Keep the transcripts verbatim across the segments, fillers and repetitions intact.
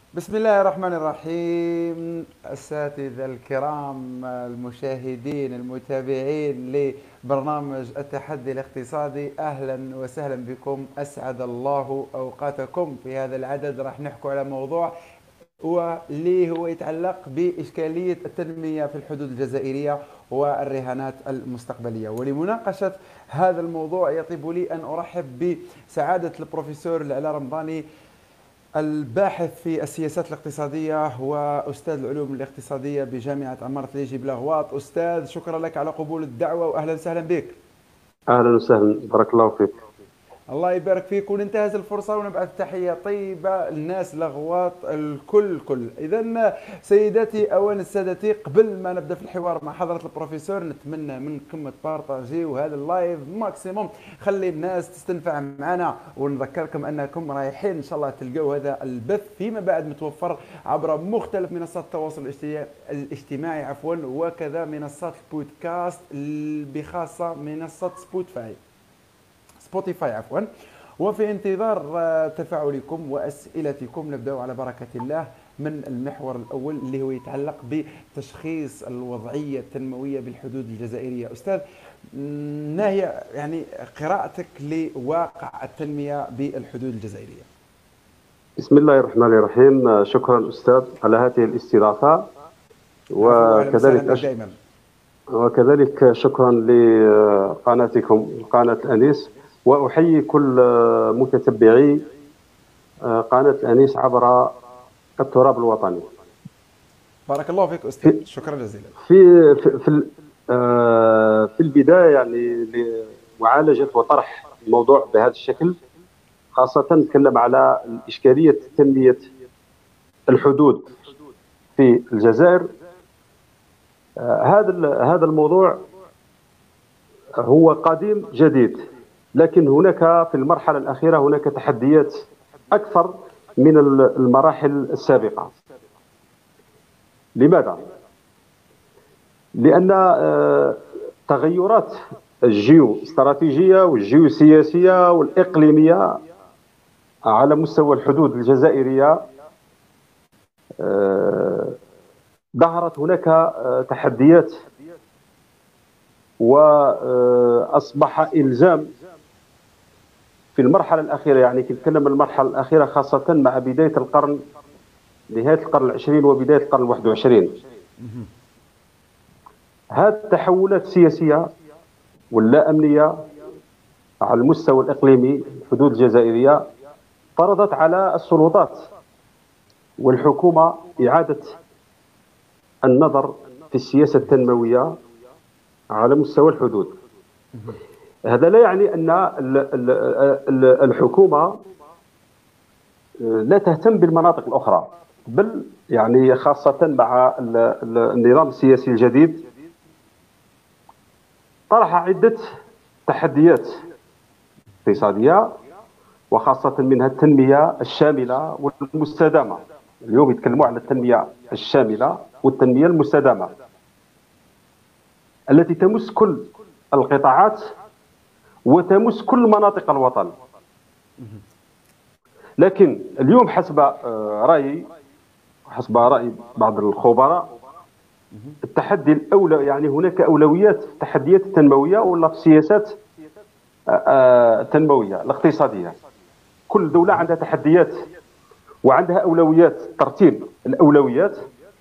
بسم الله الرحمن الرحيم. الأساتذة الكرام، المشاهدين المتابعين لبرنامج التحدي الاقتصادي، أهلا وسهلا بكم. أسعد الله أوقاتكم. في هذا العدد راح نحكي على موضوع واللي هو يتعلق بإشكالية التنمية في الحدود الجزائرية والرهانات المستقبلية. ولمناقشة هذا الموضوع يطيب لي أن أرحب بسعادة البروفيسور العلا رمضاني، الباحث في السياسات الاقتصادية وأستاذ العلوم الاقتصادية بجامعة عمارة ليجي بلاغواط. أستاذ، شكرا لك على قبول الدعوة وأهلا وسهلا بك. اهلا وسهلا، بارك الله فيك. الله يبارك فيك، وننتهز الفرصة ونبعث تحية طيبة للناس لغواط الكل كل. إذا سيداتي أوان سادتي، قبل ما نبدأ في الحوار مع حضرة البروفيسور، نتمنى منكم تبارطاجيو هذا اللايف ماكسيموم، خلي الناس تستنفع معنا. ونذكركم أنكم رايحين إن شاء الله تلقوا هذا البث فيما بعد متوفر عبر مختلف منصات التواصل الاجتماعي عفوا، وكذا منصات البودكاست، بخاصة منصة سبوتيفاي سبوتيفاي عفوا. وفي انتظار آه، تفاعلكم وأسئلتكم، نبدأ على بركة الله من المحور الأول اللي هو يتعلق بتشخيص الوضعية التنموية بالحدود الجزائرية. أستاذ، ما هي يعني قراءتك لواقع التنمية بالحدود الجزائرية؟ بسم الله الرحمن الرحيم. شكرا استاذ على هذه الاستضافه. العفو، وأهلا وسهلا وكذلك بك أش... دائما. وكذلك شكرا لقناتكم قناه الانيس، واحيي كل متتبعي قناه الانيس عبر التراب الوطني. بارك الله فيك أستاذ، في شكرا جزيلا. في في, في, ال- آه، في البدايه، يعني لمعالجه وطرح الموضوع بهذا الشكل، خاصه نتكلم على اشكاليه تنميه الحدود في الجزائر. آه، هذا هذا الموضوع هو قديم جديد، لكن هناك في المرحلة الأخيرة هناك تحديات أكثر من المراحل السابقة. لماذا؟ لأن آه، تغيرات الجيو استراتيجية والجيوسياسية والإقليمية على مستوى الحدود الجزائرية، آه، ظهرت هناك آه، تحديات، وأصبح إلزام في المرحلة الأخيرة، يعني كنتكلم المرحلة الأخيرة خاصة مع بداية القرن، نهاية القرن العشرين وبداية القرن الواحد وعشرين. هذه التحولات السياسية واللا أمنية على المستوى الإقليمي الحدود الجزائرية فرضت على السلطات والحكومة إعادة النظر في السياسة التنموية على مستوى الحدود. هذا لا يعني أن الحكومة لا تهتم بالمناطق الأخرى، بل يعني خاصة مع النظام السياسي الجديد طرح عدة تحديات اقتصادية، وخاصة منها التنمية الشاملة والمستدامة. اليوم يتكلموا على التنمية الشاملة والتنمية المستدامة التي تمس كل القطاعات وتمس كل مناطق الوطن. لكن اليوم حسب رأيي، حسب رأي بعض الخبراء، التحدي الأولى، يعني هناك أولويات التحديات التنموية ولا في السياسات التنموية الاقتصادية. كل دولة عندها تحديات وعندها أولويات، ترتيب الأولويات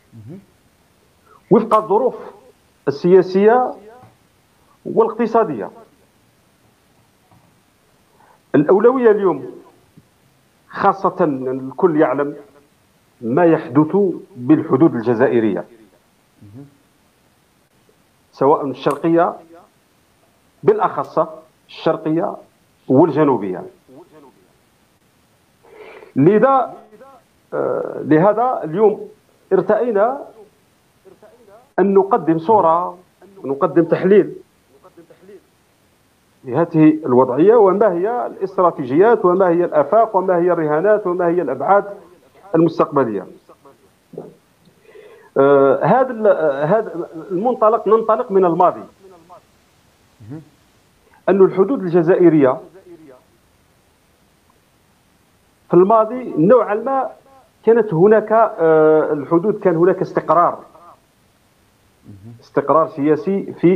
وفق الظروف السياسية والاقتصادية. الأولوية اليوم خاصة الكل يعلم ما يحدث بالحدود الجزائرية، سواء الشرقية بالأخص الشرقية والجنوبية. لذا آه لهذا اليوم ارتأينا أن نقدم صورة ونقدم تحليل لهذه الوضعية، وما هي الاستراتيجيات وما هي الآفاق وما هي الرهانات وما هي الأبعاد المستقبلية. آه هذا هذا المنطلق، ننطلق من الماضي. أن الحدود الجزائرية في الماضي نوعا ما كانت هناك الحدود، كان هناك استقرار استقرار سياسي في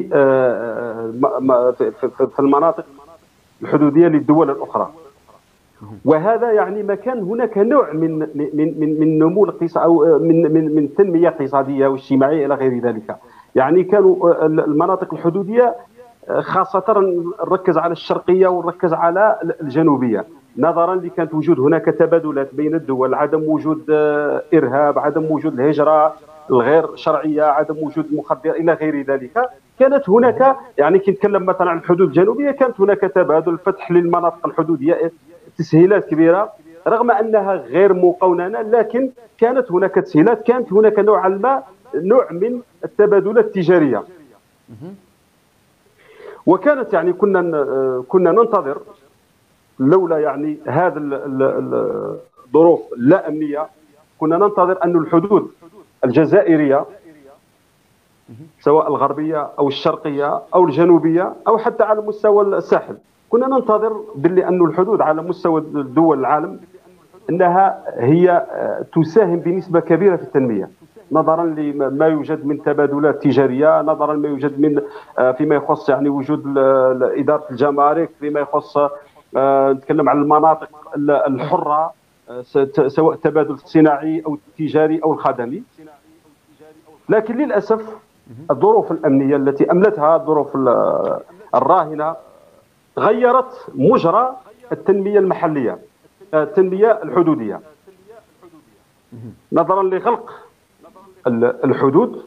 في المناطق الحدوديه للدول الاخرى. وهذا يعني ما كان هناك نوع من من من من نمو الاقتصاد او من من من تنميه اقتصاديه واجتماعيه الى غير ذلك. يعني كانوا المناطق الحدوديه خاصه نركز على الشرقيه ونركز على الجنوبيه، نظرا لكانت وجود هناك تبادلات بين الدول، عدم وجود ارهاب، عدم وجود الهجره الغير شرعيه، عدم وجود المخدرات الى غير ذلك. كانت هناك يعني كي نتكلم مثلا عن الحدود الجنوبيه، كانت هناك تبادل، فتح للمناطق الحدوديه، تسهيلات كبيره رغم انها غير مقننه، لكن كانت هناك تسهيلات، كانت هناك نوعا ما نوع من التبادلات التجاريه. وكانت يعني كنا كنا ننتظر لولا يعني هذا الظروف اللا امنيه، كنا ننتظر أن الحدود الجزائريه سواء الغربيه او الشرقيه او الجنوبيه او حتى على مستوى الساحل، كنا ننتظر باللي أن الحدود على مستوى دول العالم انها هي تساهم بنسبه كبيره في التنميه، نظرا لما يوجد من تبادلات تجاريه، نظرا لما يوجد من فيما يخص يعني وجود اداره الجمارك، فيما يخص نتكلم عن المناطق الحره سواء التبادل الصناعي او التجاري او الخدمي. لكن للاسف الظروف الامنيه التي املتها الظروف الراهنه غيرت مجرى التنميه المحليه، التنميه الحدوديه، نظرا لغلق الحدود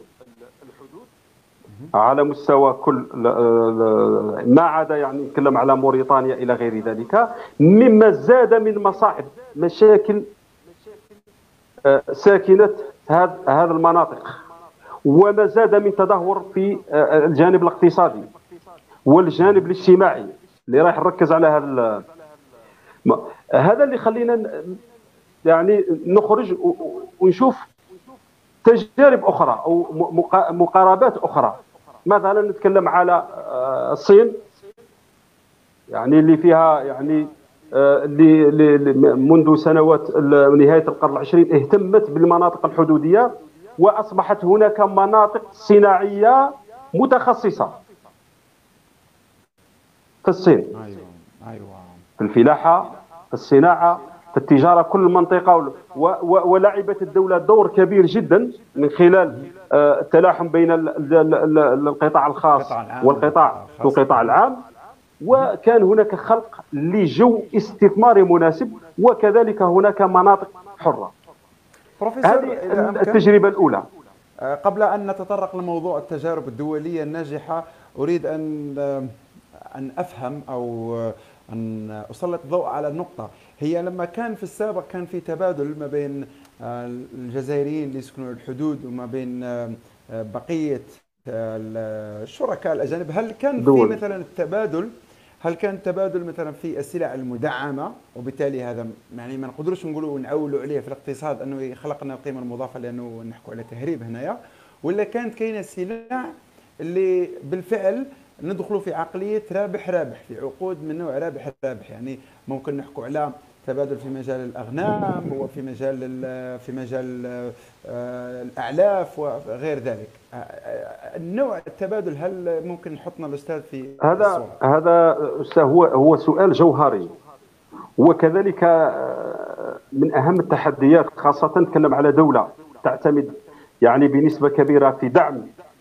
على مستوى كل ما عدا يعني نتكلم على موريتانيا الى غير ذلك، مما زاد من مصاعب مشاكل ساكنه هذه المناطق، وما زاد من تدهور في الجانب الاقتصادي والجانب الاجتماعي اللي راح نركز على هذا. هذا اللي خلينا يعني نخرج ونشوف تجارب اخرى او مقاربات اخرى. مثلا نتكلم على الصين، يعني اللي فيها يعني اللي منذ سنوات نهايه القرن العشرين اهتمت بالمناطق الحدوديه، واصبحت هناك مناطق صناعيه متخصصه في الصين. ايوه ايوه في الفلاحه، في الصناعه، في التجاره، كل المنطقه، ولعبت الدوله دور كبير جدا من خلال التلاحم بين القطاع الخاص والقطاع والقطاع العام، وكان هناك خلق لجو استثماري مناسب، وكذلك هناك مناطق حره. هذه التجربه الاولى. قبل ان نتطرق لموضوع التجارب الدوليه الناجحه، اريد ان ان افهم او ان اسلط الضوء على النقطه، هي لما كان في السابق كان في تبادل ما بين الجزائريين اللي يسكنون الحدود وما بين بقيه الشركاء الاجانب، هل كان في مثلا التبادل هل كان التبادل مثلا في السلع المدعمه، وبالتالي هذا يعني ما نقدروش نقولوا نعولوا عليه في الاقتصاد انه يخلق لنا القيمه المضافه لانه نحكوا على تهريب هنايا، ولا كانت كاينه السلع اللي بالفعل ندخلوا في عقليه رابح رابح، في عقود من نوع رابح رابح، يعني ممكن نحكوا على تبادل في مجال الاغنام وفي مجال في مجال الاعلاف وغير ذلك. النوع التبادل هل ممكن نحطنا الاستاذ في هذا الصورة؟ هذا هو هو سؤال جوهري، وكذلك من اهم التحديات، خاصه نتكلم على دوله تعتمد يعني بنسبه كبيره في دعم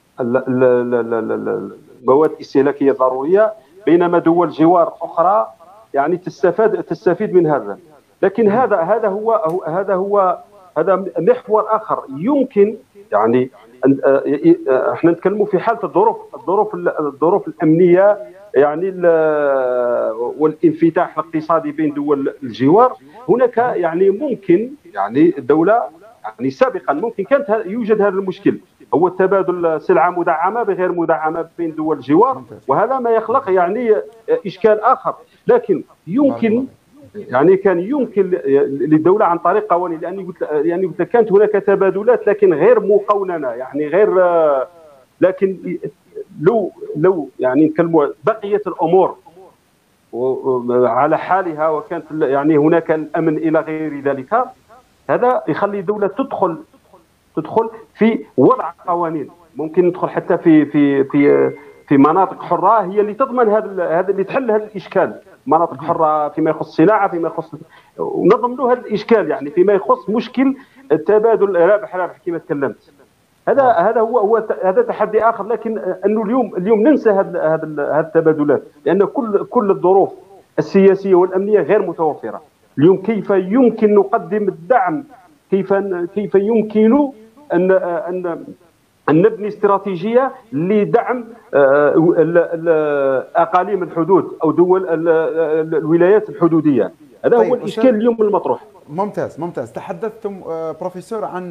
المواد الاستهلاكيه الضروريه، بينما دول جوار اخرى يعني تستفاد تستفيد من هذا. لكن هذا هذا هو هذا هو هذا محور اخر يمكن يعني احنا نتكلموا في حاله الظروف الظروف الظروف الامنيه يعني والانفتاح الاقتصادي بين دول الجوار. هناك يعني ممكن يعني الدوله يعني سابقا ممكن كانت يوجد هذا المشكل، هو التبادل سلعه مدعمه بغير مدعمه بين دول الجوار، وهذا ما يخلق يعني اشكال اخر. لكن يمكن يعني كان يمكن للدوله عن طريق قوانين، لاني قلت يعني كانت هناك تبادلات لكن غير مقوننه، يعني غير، لكن لو لو يعني نتكلموا بقيت الامور على حالها وكانت يعني هناك الامن الى غير ذلك، هذا يخلي الدوله تدخل تدخل في وضع قوانين، ممكن ندخل حتى في في في في مناطق حره هي اللي تضمن هذا هذا اللي تحل هذا الاشكال، مناطق حره فيما يخص الصناعه، فيما يخص ونضمنوا هذا الاشكال، يعني فيما يخص مشكل التبادل رابح رابح كما تكلمت. هذا هذا هو هو هذا تحدي اخر، لكن انه اليوم اليوم ننسى هذا هذا هذه التبادلات، لان كل كل الظروف السياسيه والامنيه غير متوفره. اليوم كيف يمكن نقدم الدعم، كيف كيف يمكن ان ان ان نبني استراتيجيه لدعم اقاليم الحدود او دول الولايات الحدوديه. هذا طيب هو الاشكال اليوم المطروح. ممتاز ممتاز. تحدثتم بروفيسور عن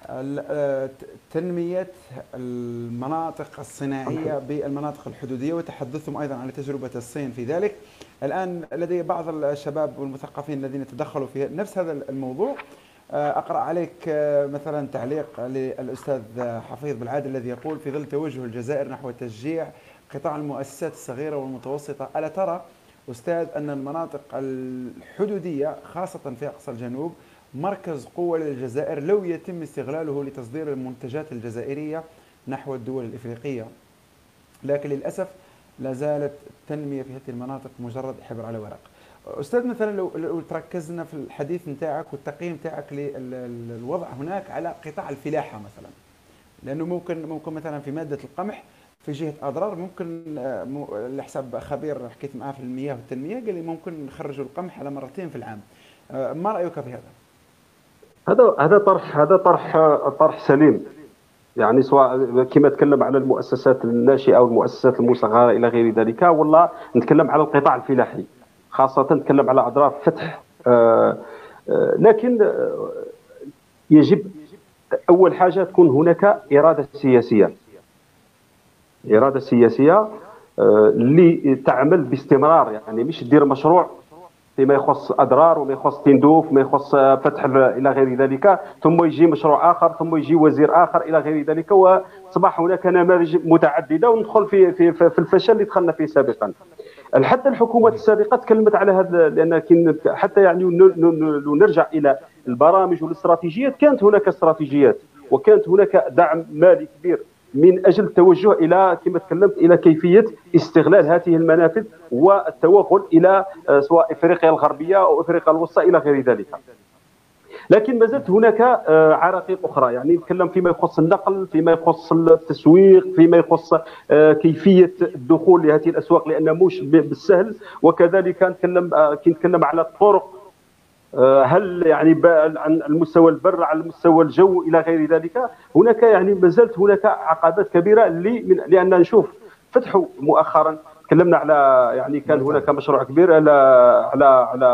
تنمية المناطق الصناعية بالمناطق الحدودية، وتحدثتم أيضا عن تجربة الصين في ذلك. الآن لدي بعض الشباب والمثقفين الذين تدخلوا في نفس هذا الموضوع. أقرأ عليك مثلا تعليق للأستاذ حفيظ بالعادل الذي يقول: في ظل توجه الجزائر نحو تشجيع قطاع المؤسسات الصغيرة والمتوسطة، ألا ترى أستاذ أن المناطق الحدودية خاصة في أقصى الجنوب مركز قوة للجزائر لو يتم استغلاله لتصدير المنتجات الجزائرية نحو الدول الإفريقية، لكن للأسف لا زالت التنمية في هذه المناطق مجرد حبر على ورق. أستاذ مثلا لو لو تركزنا في الحديث نتاعك والتقييم نتاعك للوضع هناك على قطاع الفلاحة مثلا، لأنه ممكن ممكن مثلا في مادة القمح في جهة أضرار ممكن لحساب خبير حكيت معاه في المياه والتنمية قال لي ممكن نخرجوا القمح على مرتين في العام. ما رأيك في هذا؟ هذا هذا طرح هذا طرح طرح سليم، يعني سواء كما تكلم على المؤسسات الناشئه او المؤسسات المصغره الى غير ذلك، ولا نتكلم على القطاع الفلاحي خاصه، نتكلم على اضرار فتح. آآ آآ لكن آآ يجب اول حاجه تكون هناك اراده سياسيه، اراده سياسيه اللي تعمل باستمرار، يعني مش دير مشروع فيما يخص اضرار وما يخص تندوف وما يخص فتح الى غير ذلك، ثم يجي مشروع اخر، ثم يجي وزير اخر الى غير ذلك، واصبح هناك نماذج متعدده وندخل في في في الفشل اللي دخلنا فيه سابقا. حتى الحكومات السابقه تكلمت على هذا، لان حتى يعني لو نرجع الى البرامج والاستراتيجيات، كانت هناك استراتيجيات وكانت هناك دعم مالي كبير من اجل التوجه الى كما تكلمت الى كيفيه استغلال هذه المنافذ والتوغل الى سواء افريقيا الغربيه او افريقيا الوسطى الى غير ذلك. لكن ما زالت هناك عراقيل اخرى، يعني نتكلم فيما يخص النقل، فيما يخص التسويق، فيما يخص كيفيه الدخول لهذه الاسواق، لان مش بالسهل. وكذلك نتكلم كي نتكلم على الطرق، هل يعني عن المستوى البر على المستوى الجو الى غير ذلك، هناك يعني ما زالت هناك عقبات كبيره اللي من لان نشوف فتحوا مؤخرا، تكلمنا على يعني كان هناك مشروع كبير على على على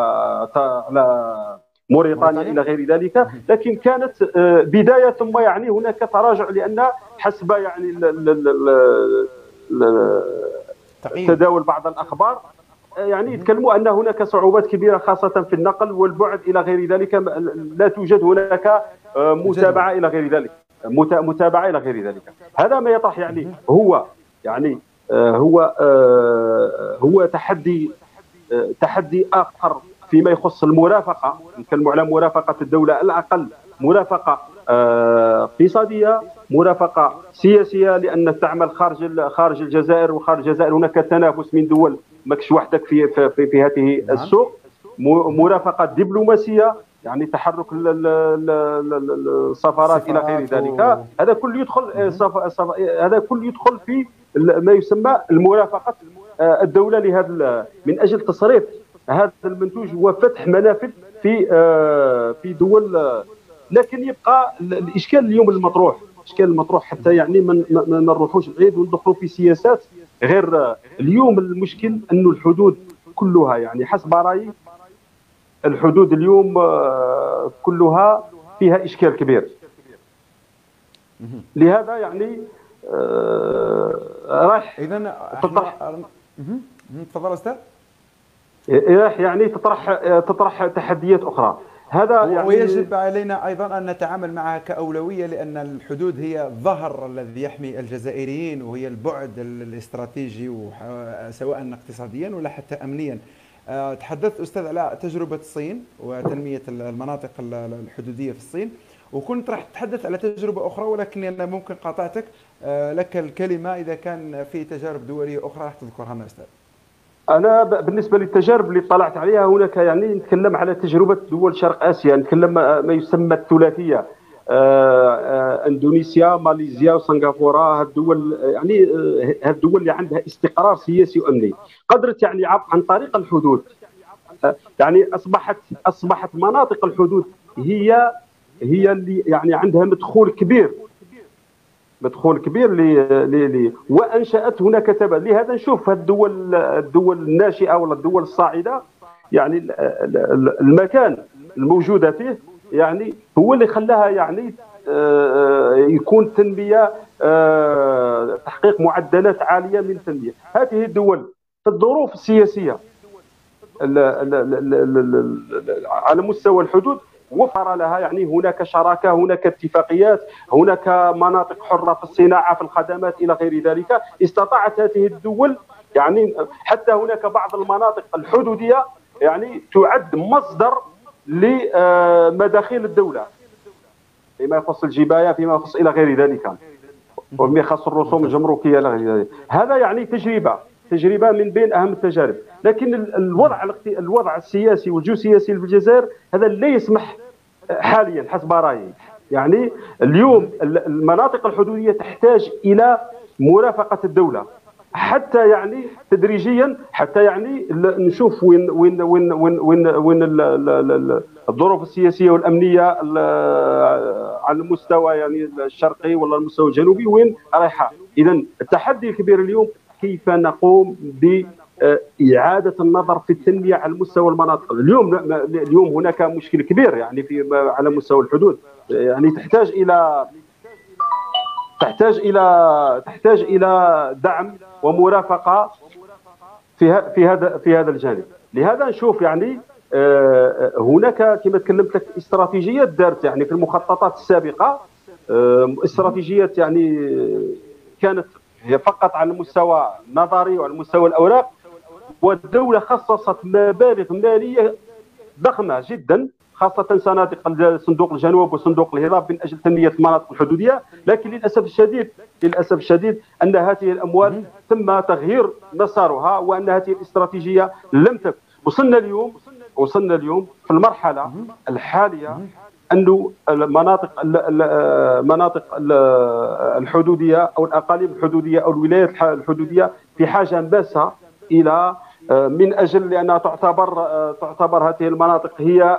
على موريتانيا الى غير ذلك، لكن كانت بدايه ثم يعني هناك تراجع، لان حسب يعني تداول بعض الاخبار يعني يتكلموا ان هناك صعوبات كبيره خاصه في النقل والبعد الى غير ذلك، لا توجد هناك متابعه الى غير ذلك متابعه الى غير ذلك. هذا ما يطرح يعني هو يعني هو هو تحدي تحدي اخر فيما يخص المرافقه، نتكلموا على مرافقه الدوله، على الاقل مرافقه اقتصاديه، مرافقه سياسيه، لان تعمل خارج خارج الجزائر وخارج الجزائر هناك تنافس من دول، ماكش وحدك في في, في هذه السوق. مرافقه دبلوماسيه، يعني تحرك السفارات الى غير ذلك، هذا كله يدخل هذا كله يدخل في ما يسمى المرافقه الدوله لهذا من اجل تصريف هذا المنتوج وفتح منافذ في في دول. لكن يبقى الاشكال اليوم المطروح، الاشكال المطروح حتى يعني ما نروحوش بعيد وندخلوا في سياسات غير. اليوم المشكل انه الحدود كلها يعني حسب رايي الحدود اليوم كلها فيها اشكال كبير. لهذا يعني راح اذا تطرح تفضل استاذ راح يعني تطرح تطرح تحديات اخرى. هذا يعني ويجب علينا ايضا ان نتعامل معها كاولويه، لان الحدود هي الظهر الذي يحمي الجزائريين، وهي البعد الاستراتيجي سواء اقتصاديا ولا حتى امنيا. آه، تحدثت أستاذ على تجربة الصين وتنمية المناطق الحدودية في الصين، وكنت راح تتحدث على تجربة أخرى، ولكن أنا ممكن قاطعتك. آه، لك الكلمة إذا كان في تجارب دولية أخرى راح تذكرها لنا أستاذ. انا ب- بالنسبه للتجارب اللي طلعت عليها هناك، يعني نتكلم على تجربه دول شرق اسيا، نتكلم ما ما يسمى الثلاثيه، آه، آه، اندونيسيا ماليزيا وسنغافوره. هذه الدول يعني آه، هذه الدول اللي عندها استقرار سياسي وامني، قدرت يعني عب- عن طريق الحدود، آه، يعني اصبحت اصبحت مناطق الحدود هي هي اللي يعني عندها مدخول كبير، مدخول كبير ل ل ل وانشات هناك تبادل. لهذا نشوف هذه الدول الدول الناشئه ولا الدول الصاعده، يعني ال- ال- المكان الموجوده فيه يعني هو اللي خلاها يعني آه، يكون تنميه، آه، تحقيق معدلات عاليه من التنميه. هذه الدول في الظروف السياسيه ال- ال- ال- ال- ال- على مستوى الحدود وفر لها، يعني هناك شراكه، هناك اتفاقيات، هناك مناطق حره في الصناعه في الخدمات الى غير ذلك. استطاعت هذه الدول يعني، حتى هناك بعض المناطق الحدوديه يعني تعد مصدر لمداخيل الدوله فيما يخص الجبايه، فيما يخص الى غير ذلك، وفيما يخص الرسوم ممتاز. الجمركيه الى غير ذلك. هذا يعني تجربه تجربه من بين اهم التجارب. لكن ال- الوضع الاقت- الوضع السياسي والجيوسياسي في الجزائر هذا لا يسمح حاليا حسب رايي. يعني اليوم ال- المناطق الحدوديه تحتاج الى مرافقه الدوله، حتى يعني تدريجيا، حتى يعني ال- نشوف وين وين وين وين وين, وين ال- ال- ال- الظروف السياسيه والامنيه ال- على المستوى يعني الشرقي ولا المستوى الجنوبي وين رايحه. اذا التحدي الكبير اليوم كيف نقوم ب إعادة النظر في التنمية على مستوى المناطق. اليوم اليوم هناك مشكل كبير يعني في على مستوى الحدود، يعني تحتاج إلى تحتاج إلى تحتاج إلى دعم ومرافقة في في هذا في هذا الجانب. لهذا نشوف يعني آه، هناك كما تكلمت لك استراتيجيات دارت يعني في المخططات السابقة، آه، استراتيجيات يعني كانت هي فقط على المستوى النظري وعلى مستوى الأوراق، والدولة خصصت مبالغ مالية ضخمة جدا، خاصة صناديق صندوق الجنوب وصندوق الهراب من أجل تنمية المناطق الحدودية. لكن للأسف الشديد للأسف الشديد أن هذه الأموال تم تغيير مسارها، وأن هذه الاستراتيجية لم تكن. وصلنا اليوم وصلنا اليوم في المرحلة الحالية أنه المناطق المناطق الحدودية أو الأقاليم الحدودية أو الولايات الحدودية في حاجة ماسة إلى من اجل لانها تعتبر تعتبر هذه المناطق هي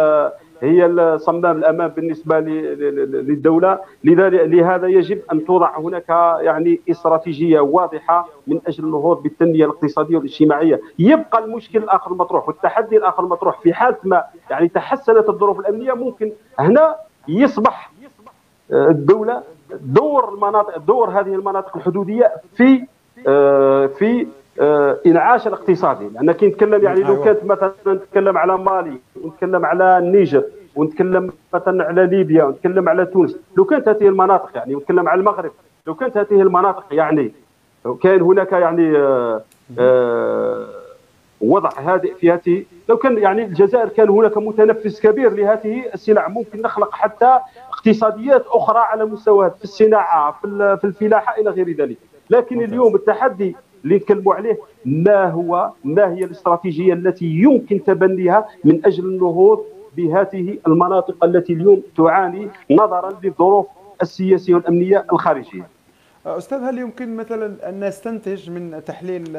هي صمام الامان بالنسبه للدوله. لهذا يجب ان توضع هناك يعني استراتيجيه واضحه من اجل النهوض بالتنميه الاقتصاديه والاجتماعيه. يبقى المشكل الاخر المطروح والتحدي الاخر المطروح في حال ما يعني تحسنت الظروف الامنيه، ممكن هنا يصبح الدوله دور المناطق دور هذه المناطق الحدوديه في في انعاش الاقتصادي. لان كي نتكلم يعني لو كانت مثلا نتكلم على مالي ونتكلم على النيجر ونتكلم مثلا على ليبيا ونتكلم على تونس، لو كانت هذه المناطق يعني ونتكلم على المغرب، لو كانت هذه المناطق يعني كان هناك يعني آآ آآ وضع هادئ في هذه، لو كان يعني الجزائر كان هناك متنفس كبير لهذه السلع، ممكن نخلق حتى اقتصاديات اخرى على مستوى في الصناعه في الفلاحه الى غير ذلك. لكن اليوم التحدي اللي نتكلموا عليه ما هو ما هي الاستراتيجيه التي يمكن تبنيها من اجل النهوض بهذه المناطق التي اليوم تعاني نظرا للظروف السياسيه والامنيه الخارجيه. استاذ، هل يمكن مثلا ان نستنتج من تحليل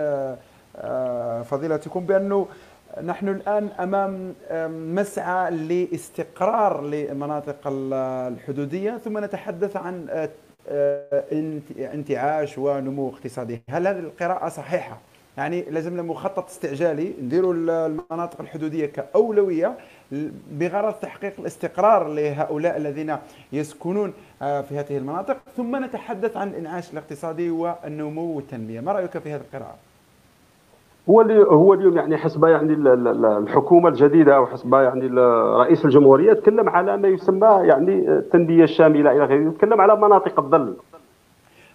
فضيلتكم بانه نحن الان امام مسعى لاستقرار للمناطق الحدوديه، ثم نتحدث عن انتعاش ونمو اقتصادي؟ هل هذه القراءة صحيحة؟ يعني لازمنا مخطط استعجالي نديروا المناطق الحدودية كأولوية بغرض تحقيق الاستقرار لهؤلاء الذين يسكنون في هذه المناطق، ثم نتحدث عن الانعاش الاقتصادي والنمو والتنمية. ما رأيك في هذه القراءة؟ هو هو اليوم يعني حسب يعني الحكومه الجديده او حسب يعني رئيس الجمهوريه تكلم على ما يسمى يعني التنميه الشامله الى غيره، يتكلم على مناطق الظل.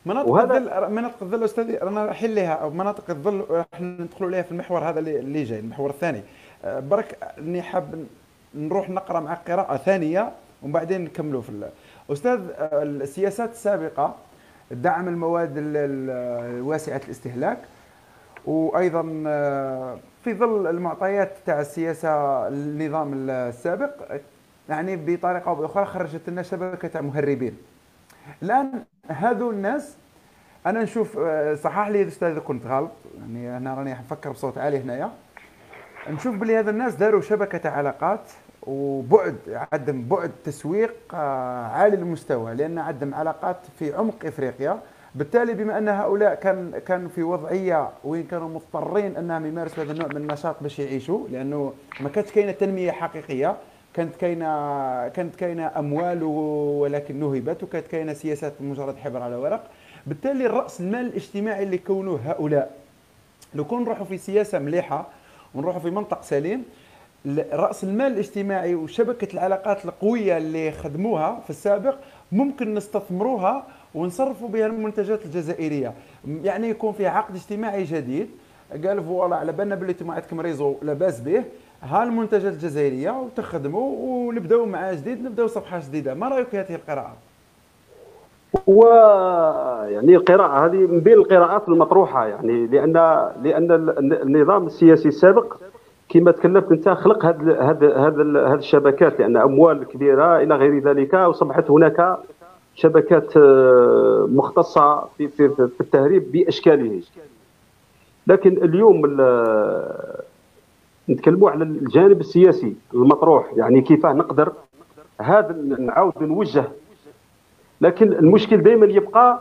مناطق الظل، مناطق الظل استاذي رانا رايحين لها، او مناطق الظل راح ندخلوا لها في المحور هذا اللي جاي، المحور الثاني. برك اني حاب نروح نقرا مع قراءه ثانيه وبعدين نكملوا في استاذ. السياسات السابقه دعم المواد واسعه الاستهلاك، وايضا في ظل المعطيات تاع السياسه النظام السابق يعني بطريقه او باخرى خرجت لنا شبكه تاع مهربين. الان هذو الناس انا نشوف، صحح لي استاذ اذا كنت غلط، يعني انا راني نفكر بصوت عالي هنايا، نشوف بلي هذو الناس داروا شبكه علاقات وبعد، عندهم بعد تسويق عالي المستوى، لان عندهم علاقات في عمق افريقيا. بالتالي بما ان هؤلاء كان كان في وضعيه وين كانوا مضطرين انهم يمارسوا هذا النوع من النشاط باش يعيشوا، لانه ما كانتش كاينه تنميه حقيقيه، كانت كاينه كانت كاينه اموال ولكن نهبت، وكانت كاينه سياسات مجرد حبر على ورق. بالتالي الراس المال الاجتماعي اللي كونوه هؤلاء، لو كون نروحوا في سياسه مليحه ونروحوا في منطق سليم، راس المال الاجتماعي وشبكه العلاقات القويه اللي خدموها في السابق ممكن نستثمروها ونصرفوا بها المنتجات الجزائريه. يعني يكون فيها عقد اجتماعي جديد، قال فوالا على بالنا باللي انتم عندكم ريزو لاباس به، ها المنتجات الجزائريه وتخدموا ونبداو مع جديد، نبداو صفحه جديده. ما رايك في هذه القراءه؟ و يعني القراءه هذه من بين القراءات المطروحه، يعني لان لان النظام السياسي السابق كما تكلمت انت خلق هذه هذه هذه الشبكات، لان اموال كبيره الى غير ذلك، وصبحت هناك شبكات مختصه في في, في التهريب باشكاله. لكن اليوم نتكلموا على الجانب السياسي المطروح، يعني كيف نقدر هذا نعاود نوجه. لكن المشكل دائما يبقى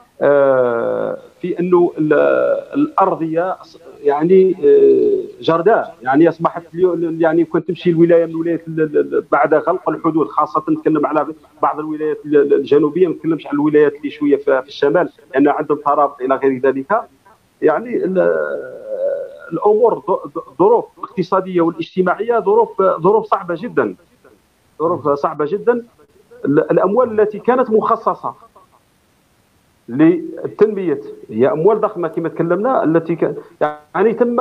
في انه الارضيه يعني جرداء، يعني اصبحت يعني كنت تمشي الولايه من الولايات بعد غلق الحدود، خاصه نتكلم على بعض الولايات الجنوبيه، ما نتكلمش على الولايات اللي شويه في الشمال لان عندهم ترابط الى غير ذلك. يعني الامور ظروف الاقتصاديه والاجتماعيه ظروف ظروف صعبه جدا، ظروف صعبه جدا. الاموال التي كانت مخصصه للتنميه هي اموال ضخمه كما تكلمنا، التي كان يعني تم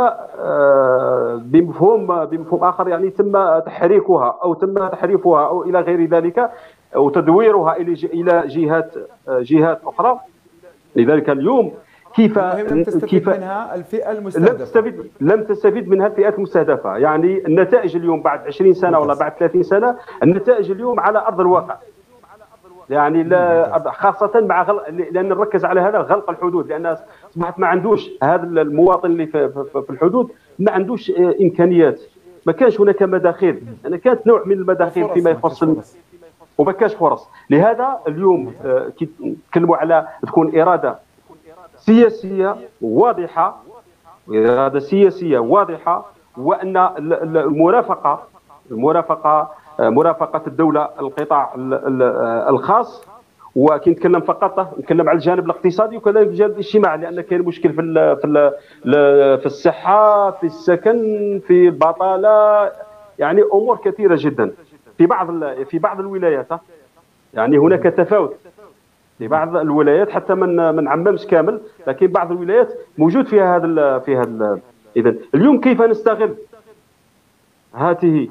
بمفهوم بمفهوم اخر يعني تم تحريكها او تم تحريفها او الى غير ذلك، وتدويرها الى الى جهات جهات اخرى. لذلك اليوم كيف لم تستفيد كيف منها الفئه المستهدفه، لم تستفيد لم تستفيد منها الفئات المستهدفه. يعني النتائج اليوم بعد عشرين سنه ولا بعد ثلاثين سنه، النتائج اليوم على ارض الواقع. يعني لا خاصه مع غلق، لان نركز على هذا غلق الحدود، لان اصبحت ما عندوش هذا المواطن اللي في, في الحدود ما عندوش امكانيات، ما كانش هناك مداخيل، انا كانت نوع من المداخيل فيما يخص وما كانش فرص. لهذا اليوم كي نتكلموا على تكون اراده سياسيه واضحه، اراده سياسيه واضحه، وان المرافقه المرافقه مرافقه الدوله القطاع الخاص. وكي نتكلم فقط نتكلم على الجانب الاقتصادي وكذلك الجانب الاجتماعي، لان كاين مشكل في ال في ال في الصحه، في السكن، في البطاله، يعني امور كثيره جدا في بعض في بعض الولايات. يعني هناك تفاوت في بعض الولايات، حتى من ما نعممش كامل، لكن بعض الولايات موجود فيها هذا في هذا. اذا اليوم كيف نستغل هذه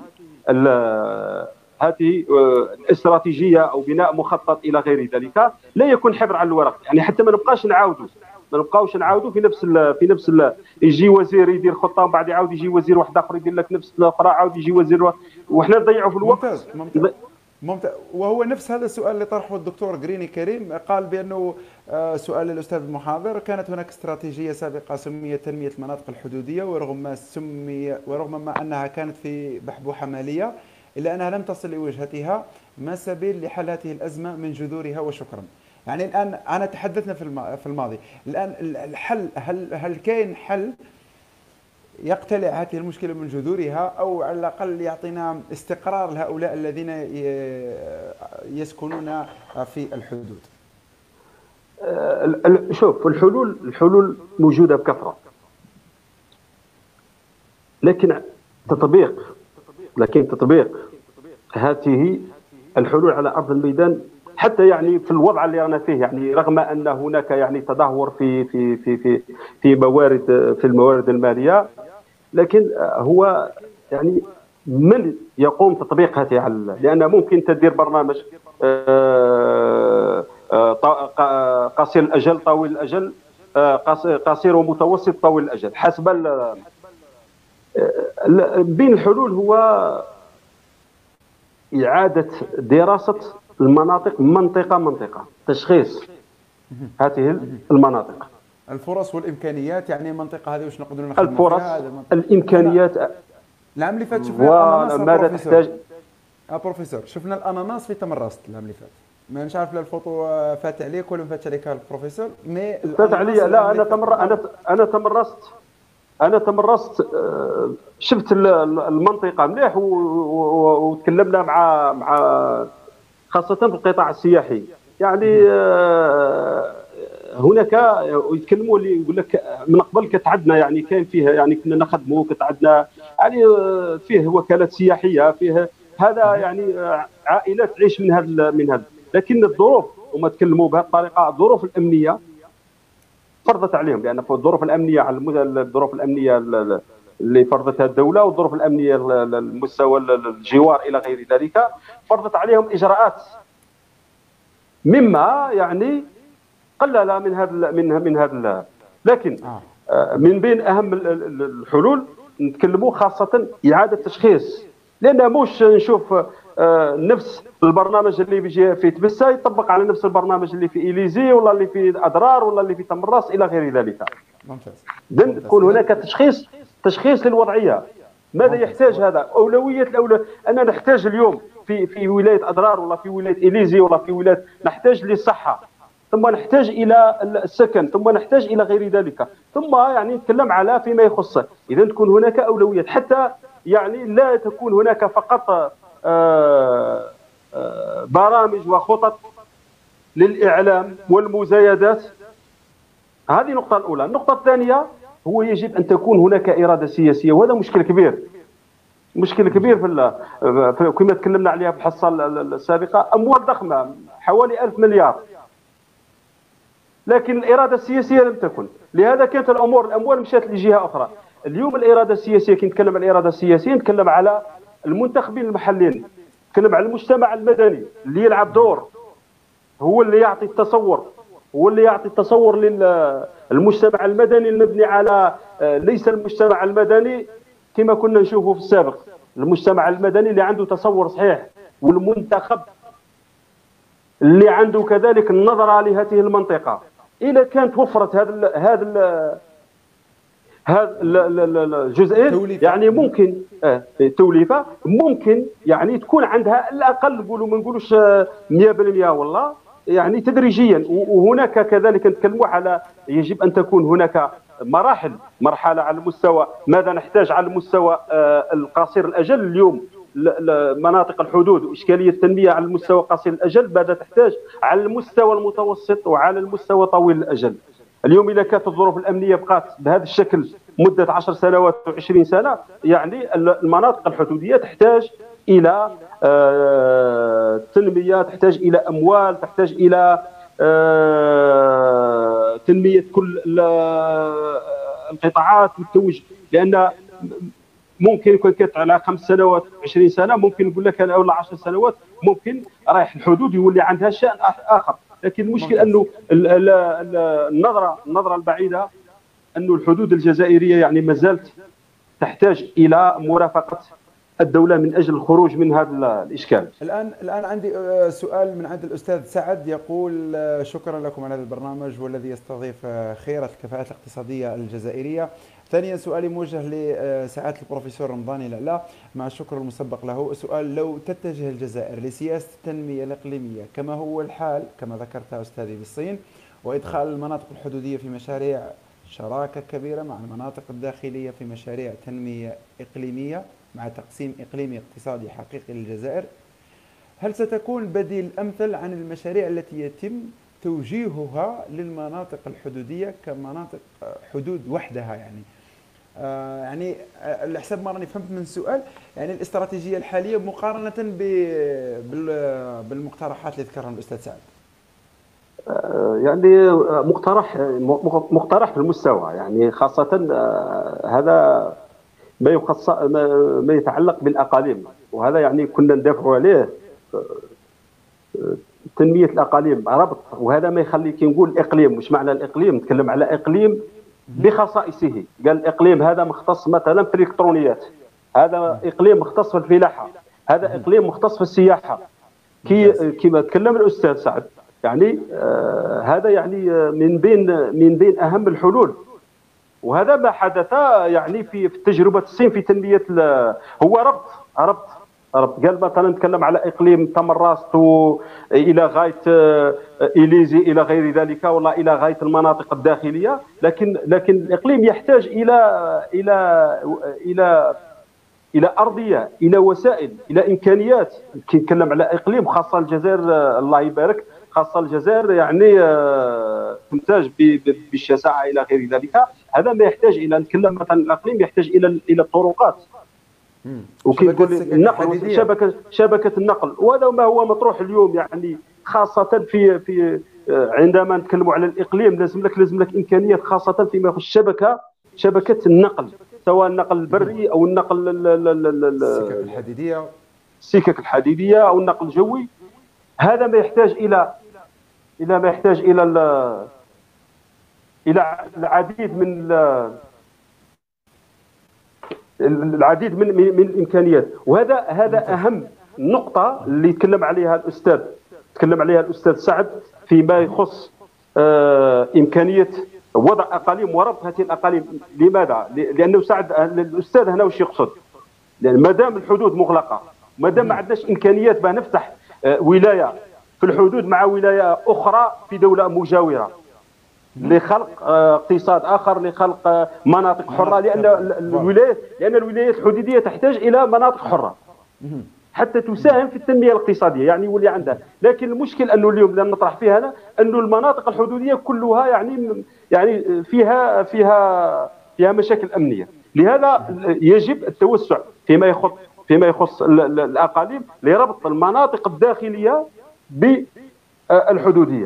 هذه الاستراتيجيه او بناء مخطط الى غير ذلك، لا يكون حبر على الورق، يعني حتى ما نبقاش نعاودوا ما نبقاوش نعاودوا في نفس ال في نفس ال يجي وزير يدير خطه ومن بعد يعاود يجي وزير واحد اخر يدير لك نفس الاخرى، عاود يجي وزير وحنا نضيعوا في الوقت. ممتاز ممتاز ممتاز. وهو نفس هذا السؤال اللي طرحه الدكتور قريني كريم، قال بانه سؤال الاستاذ المحاضر، كانت هناك استراتيجيه سابقه سميت تنميه المناطق الحدوديه، ورغم ما سمي ورغم ما انها كانت في بحبوحه ماليه الا انها لم تصل لوجهتها. ما سبيل لحل هذه الازمه من جذورها؟ وشكرا. يعني الان انا تحدثنا في في الماضي، الان الحل، هل هل كاين حل يقتلع هذه المشكله من جذورها، او على الاقل يعطينا استقرار لهؤلاء الذين يسكنون في الحدود؟ شوف، الحلول الحلول موجوده بكثره، لكن تطبيق لكن تطبيق هذه الحلول على ارض الميدان حتى يعني في الوضع اللي رانا فيه، يعني رغم ان هناك يعني تدهور في في في في في موارد في الموارد الماليه، لكن هو يعني من يقوم تطبيق هذه على، لان ممكن تدير برنامج آه، آه، قصير الاجل طويل الاجل، آه، قصير ومتوسط طويل الاجل حسب بين الحلول. هو إعادة دراسة المناطق منطقة منطقة، تشخيص هذه المناطق، الفرص والامكانيات. يعني المنطقه هذه واش نقدروا نخدموا الفرص فيها، هذا الامكانيات. العام اللي فات شفنا الاناناس ماذا تحتاج؟ اه بروفيسور، شفنا الاناناس في تمرست العام اللي فات. ما مش عارف لا الفوطو فات عليك ولا ما فاتش عليك البروفيسور، مي فات علي. لا انا تمر انا انا تمرست انا تمرست شفت المنطقه مليح، وتكلمنا مع مع خاصه في القطاع السياحي. يعني هناك يتكلموا اللي يقول لك من قبل كانت عندنا، يعني كان فيها يعني كنا نخدموا، كانت عندنا يعني فيه وكالات سياحيه، فيه هذا يعني عائلات تعيش من هذا من هذا. لكن الظروف، وما تكلموا بهذه الطريقه، الظروف الامنيه فرضت عليهم، لان الظروف الامنيه على الظروف الامنيه اللي فرضتها الدوله، والظروف الامنيه المستوى الجوار الى غير ذلك، فرضت عليهم اجراءات مما يعني قلل من هذا من من هذا. لكن من بين اهم الحلول نتكلموا خاصه اعاده تشخيص، لان مش نشوف نفس البرنامج اللي بيجي في تبسه يطبق على نفس البرنامج اللي في إليزي ولا اللي في اضرار ولا اللي في تمراس الى غير ذلك. ممتاز. اذا تكون هناك تشخيص تشخيص للوضعيه. ماذا يحتاج هذا؟ اولويه الاولى. انا نحتاج اليوم في في ولايه اضرار ولا في ولايه إليزي ولا في ولايه، نحتاج للصحه، ثم نحتاج الى السكن، ثم نحتاج الى غير ذلك، ثم يعني نتكلم على فيما يخص. اذا تكون هناك اولويات، حتى يعني لا تكون هناك فقط آه آه برامج وخطط للاعلام والمزايدات. هذه النقطه الاولى. النقطه الثانيه هو يجب ان تكون هناك اراده سياسيه، وهذا مشكل كبير، مشكل كبير في كما تكلمنا عليها في الحصه السابقه. اموال ضخمه حوالي ألف مليار، لكن الاراده السياسيه لم تكن. لهذا كانت الامور الاموال مشات لجهه اخرى. اليوم الاراده السياسيه، كي نتكلم عن الاراده السياسيه نتكلم على المنتخبين المحليين، نتكلم على المجتمع المدني اللي يلعب دور، هو اللي يعطي التصور، هو اللي يعطي التصور للمجتمع المدني المبني على ليس المجتمع المدني كما كنا نشوفه في السابق، المجتمع المدني اللي عنده تصور صحيح، والمنتخب اللي عنده كذلك النظرة لهذه المنطقة. إذا كانت وفرت هذا هذا هذا الجزئين، يعني ممكن آه توليفة، ممكن يعني تكون عندها على الأقل، نقولوا ما نقولوش مئة بالمئة والله، يعني تدريجيا. وهناك كذلك نتكلموا على يجب أن تكون هناك مراحل، مرحلة على المستوى ماذا نحتاج على المستوى آه القصير الأجل. اليوم مناطق الحدود وإشكالية التنمية على المستوى قصير الأجل، ماذا تحتاج على المستوى المتوسط وعلى المستوى طويل الأجل. اليوم إذا كانت الظروف الأمنية بقات بهذا الشكل مدة عشر سنوات وعشرين سنة، يعني المناطق الحدودية تحتاج إلى آه تنمية، تحتاج إلى أموال، تحتاج إلى آه تنمية كل القطاعات والتوجه. لأن ممكن يكون كانت على خمس سنوات عشرين سنة، ممكن نقول لك أنا ولا عشر سنوات، ممكن رايح الحدود يولي عندها شأن آخر. لكن المشكل أنه النظرة النظرة البعيدة، أنه الحدود الجزائرية يعني ما زالت تحتاج إلى مرافقة الدولة من أجل الخروج من هذا الإشكال. الآن الآن عندي سؤال من عند الأستاذ سعد، يقول شكرا لكم على هذا البرنامج والذي يستضيف خيرة الكفاءات الاقتصادية الجزائرية. ثانيا سؤالي موجه لسعادة البروفيسور رمضان العلا مع الشكر المسبق له. سؤال: لو تتجه الجزائر لسياسة التنمية الإقليمية كما هو الحال كما ذكرت أستاذي بالصين، وإدخال المناطق الحدودية في مشاريع شراكة كبيرة مع المناطق الداخلية في مشاريع تنمية إقليمية مع تقسيم إقليمي اقتصادي حقيقي للجزائر، هل ستكون بديل أمثل عن المشاريع التي يتم توجيهها للمناطق الحدودية كمناطق حدود وحدها؟ يعني آه يعني آه، على حسب ما راني فهمت من السؤال، يعني الاستراتيجيه الحاليه مقارنه ب- بال- بالمقترحات اللي ذكرها الاستاذ سعد. يعني مقترح مقترح في المستوى، يعني خاصة هذا ما يخص ما ما يتعلق بالأقاليم، وهذا يعني كنا ندافعوا عليه. تنمية الأقاليم ربط، وهذا ما يخلي كي نقول إقليم، مش معنى الإقليم نتكلم على إقليم بخصائصه. قال الإقليم هذا مختص مثلا في الإلكترونيات، هذا إقليم مختص في الفلاحة، هذا إقليم مختص في السياحة. كي ممتاز. كما تكلم الأستاذ سعد، يعني آه هذا يعني آه، من بين من بين أهم الحلول. وهذا ما حدث يعني في في تجربه الصين في تنميه هو ربط ربط ربط قال مثلا نتكلم على اقليم تمراست الى غايه آه، اليزي الى غير ذلك، ولا الى غايه المناطق الداخليه، لكن لكن الاقليم يحتاج الى الى الى الى ارضيه، الى وسائل، الى امكانيات. كي نتكلم على اقليم خاصه الجزائر، آه، الله يبارك، خاصه الجزائر يعني آه، تمتاز بالشساعه الى غير ذلك. هذا ما يحتاج الى، نتكلم مثلا الاقليم يحتاج الى الى الطرقات، مم. وكي شبكه نقول السكك النقل، الحديديه. شبكه شبكه النقل، وهذا ما هو مطروح اليوم. يعني خاصه في في آه، عندما نتكلموا على الاقليم لازم لك لازم لك امكانيات، خاصه فيما يخص الشبكه، شبكه النقل، سواء النقل البري او النقل ال- ال- ال- السكك ال- الحديديه. السكك الحديديه او النقل الجوي. هذا ما يحتاج الى الى ما يحتاج الى ال- الى العديد من ال- العديد من من, من الامكانيات. وهذا هذا ممتاز. اهم نقطه اللي يتكلم عليها الاستاذ تكلم عليها الاستاذ سعد فيما يخص آه امكانيه وضع اقاليم وربط هذه الاقاليم. لماذا؟ لانه سعد الاستاذ هنا وش يقصد؟ لان ما دام الحدود مغلقه، ما دام ما عندناش امكانيات باه نفتح آه ولايه في الحدود مع ولايه اخرى في دوله مجاوره لخلق آه، اقتصاد اخر، لخلق آه، مناطق حره، مناطق لان حرة. فوالا. الولايات لان الولايات الحدوديه تحتاج الى مناطق حره مهم. حتى تساهم في التنميه الاقتصاديه، يعني يولي عندها. لكن المشكل انه اليوم اللي نطرح فيه انا انه المناطق الحدوديه كلها يعني يعني فيها فيها فيها مشاكل امنيه. لهذا يجب التوسع فيما يخص فيما يخص ال- ال- الاقاليم لربط المناطق الداخليه بالحدوديه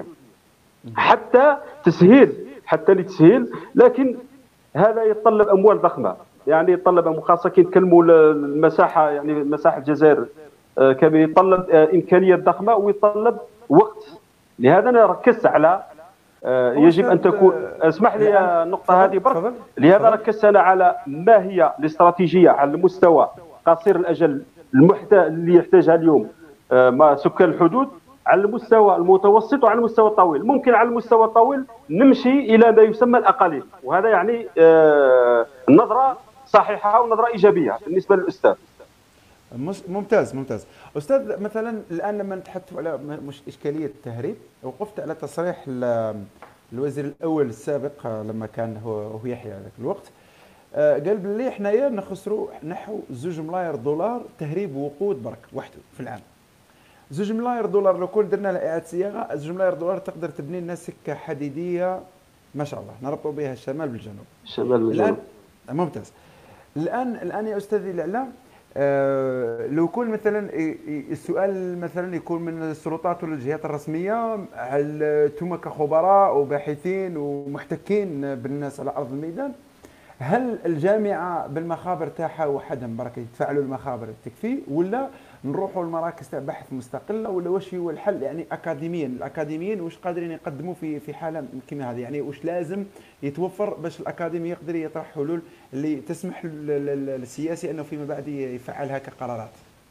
حتى تسهيل حتى لتسهيل. لكن هذا يتطلب اموال ضخمه، يعني يتطلب خاصه كي نتكلموا المساحه، يعني مساحه الجزائر آه، كبير، يتطلب آه، امكانيات ضخمه ويتطلب وقت. لهذا انا ركزت على آه، هو يجب ان استاذ تكون، آه، اسمح لي الان. النقطه تفضل هذه برك. تفضل لهذا تفضل. ركزت انا على ما هي الاستراتيجيه على المستوى قصير الاجل المحتاج اللي يحتاجها اليوم آه، ما سكان الحدود، على المستوى المتوسط وعلى المستوى الطويل. ممكن على المستوى الطويل نمشي الى ما يسمى الاقاليم، وهذا يعني آه، نظره صحيحه ونظره ايجابيه بالنسبه للاستاذ. مس- ممتاز ممتاز. استاذ، مثلا الان لما نتحدث على م- مش اشكاليه التهريب، وقفت على تصريح ال- الوزير الاول السابق آه، لما كان هو هو يحيى ذاك الوقت. آه، قال باللي حنايا نخسروا نحو زوج ملاير دولار تهريب وقود برك وحده في العام. زوج ملاير دولار لو كون درنا لها اعاده صياغه، زوج ملاير دولار تقدر تبني لنا سكه حديديه ما شاء الله نربطوا بها الشمال بالجنوب. شمال الان الجنوب. ممتاز. الان الان يا استاذي الاعلام، آه لو يكون مثلا ي- ي- السؤال مثلا يكون من السلطات ولا الجهات الرسميه، هل انتم كخبراء وباحثين ومحتكين بالناس على ارض الميدان، هل الجامعه بالمخابر تاعها وحدهم برك يتفاعلوا المخابر تكفي، ولا نروحوا لمراكز تاع بحث مستقله، ولا واش هو الحل يعني اكاديميا؟ الاكاديميين واش قادرين يقدموا في في حاله كيما هذه؟ يعني واش لازم يتوفر باش الاكاديمي يقدر يطرح حلول اللي تسمح لل- لل- للسياسي انه فيما بعد يفعلها كقرارات؟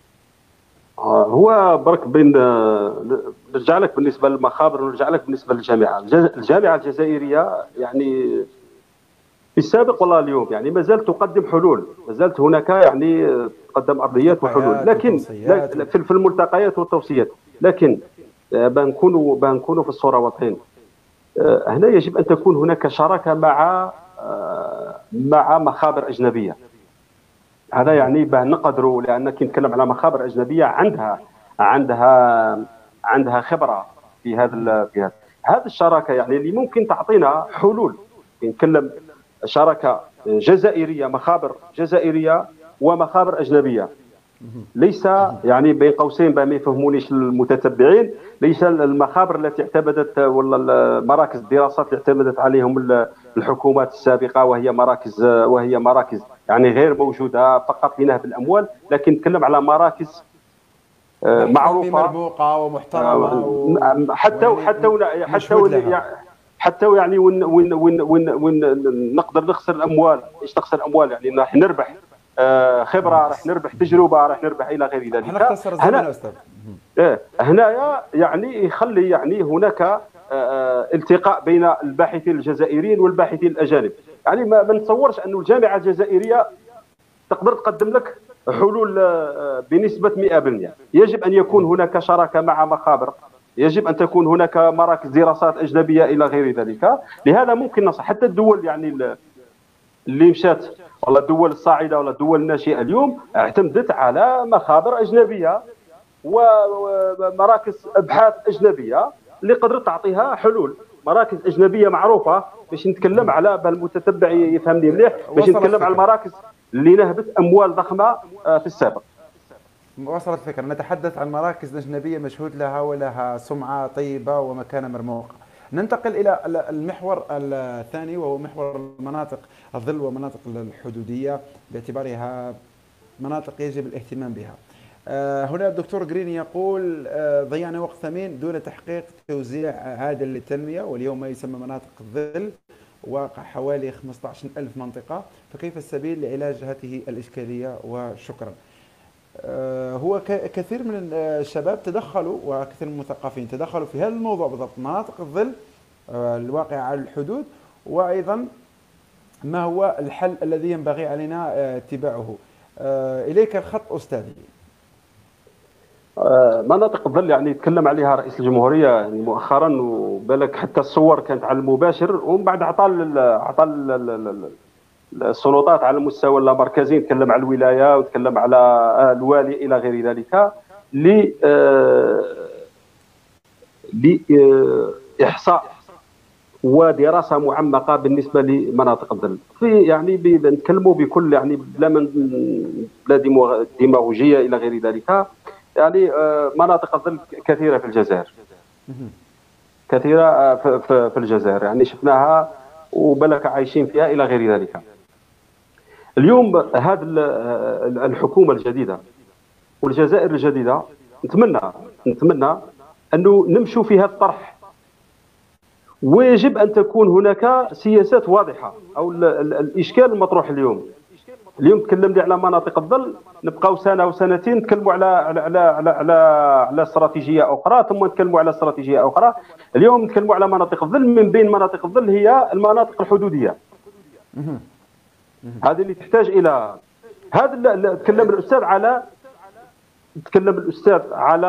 آه، هو برك بين آه، نرجع لك بالنسبه للمخابر ونرجع لك بالنسبه للجامعه. الج- الجامعه الجزائريه يعني في السابق والله اليوم يعني ما زالت تقدم حلول، ما زالت هناك يعني آه، تقدم ارضيات وحلول، ملتقيات لكن وتوصيات و... لا- في في الملتقيات والتوصيات. لكن آه، بنكونوا بنكونوا في الصوره واضحين. آه، هنا يجب ان تكون هناك شراكه مع آه، مع مخابر اجنبيه. هذا يعني باه نقدروا، لان كي نتكلم على مخابر اجنبيه عندها عندها عندها خبره في هذا ال- في هذا هذه الشراكه، يعني اللي ممكن تعطينا حلول. كي نتكلم شراكه جزائريه، مخابر جزائريه ومخابر اجنبيه. ليس يعني بين قوسين بقى ما يفهمونيش المتتبعين، ليس المخابر التي اعتمدت ولا مراكز الدراسات اللي اعتمدت عليهم الحكومات السابقه، وهي مراكز وهي مراكز يعني غير موجوده فقط لنهب الاموال، لكن نتكلم على مراكز معروفه مرموقه ومحترمه و... حتى حتى حتى حتى يعني وين وين وين وين وين نقدر نخسر الاموال. ايش نخسر الاموال؟ يعني راح نربح خبره، راح نربح تجربه، راح نربح الى غير ذلك. نختصر الزمن يا استاذ. ايه هنايا يعني يخلي يعني هناك التقاء بين الباحثين الجزائريين والباحثين الاجانب. يعني ما نتصورش انه الجامعه الجزائريه تقدر تقدم لك حلول بنسبه مئة بالمئة. يجب ان يكون هناك شراكه مع مخابر، يجب ان تكون هناك مراكز دراسات اجنبيه الى غير ذلك. لهذا ممكن نصح حتى الدول يعني اللي مشات ولا الدول الصاعده ولا الدول الناشئه اليوم اعتمدت على مخابر اجنبيه ومراكز ابحاث اجنبيه اللي قدرت تعطيها حلول. مراكز اجنبيه معروفه، باش نتكلم على المتتبع يفهمني مليح، باش نتكلم على المراكز اللي نهبت اموال ضخمه في السابق. وصلت الفكره. نتحدث عن مراكز اجنبيه مشهود لها ولها سمعه طيبه ومكانه مرموقه. ننتقل الى المحور الثاني وهو محور مناطق الظل ومناطق الحدوديه باعتبارها مناطق يجب الاهتمام بها. هنا الدكتور جريني يقول ضيعنا وقت ثمين دون تحقيق توزيع عادل للتنميه، واليوم ما يسمى مناطق الظل واقع حوالي خمسة عشر ألف منطقه، فكيف السبيل لعلاج هذه الاشكاليه؟ وشكرا. هو كثير من الشباب تدخلوا وكثير من المثقفين تدخلوا في هذا الموضوع بالضبط، مناطق الظل الواقعة على الحدود، وأيضا ما هو الحل الذي ينبغي علينا اتباعه. إليك الخط أستاذي. مناطق الظل يعني يتكلم عليها رئيس الجمهورية يعني مؤخرا، وبالك حتى الصور كانت على المباشر، ومن بعد عطى عطى السلطات على المستوى اللامركزي، نتكلم على الولايه وتكلم على الوالي الى غير ذلك، ل لاحصاء ودراسه معمقه بالنسبه لمناطق الظل. في يعني نتكلموا بكل يعني بلا من بلا ديماغوجيه الى غير ذلك. يعني مناطق الظل كثيره في الجزائر، كثيره في الجزائر، يعني شفناها وبلك عايشين فيها الى غير ذلك. اليوم هذه الحكومه الجديده والجزائر الجديده نتمنى نتمنى انه نمشوا في هذا الطرح، ويجب ان تكون هناك سياسات واضحه. او الاشكال المطروح اليوم اليوم تكلمنا على مناطق الظل، نبقاو سنه وسنتين نتكلموا على على على على على, على استراتيجيه اخرى، ثم نتكلموا على استراتيجيه اخرى. اليوم نتكلموا على مناطق الظل، من بين مناطق الظل هي المناطق الحدوديه. هذه اللي تحتاج الى هذا. تكلم الاستاذ على تكلم الاستاذ على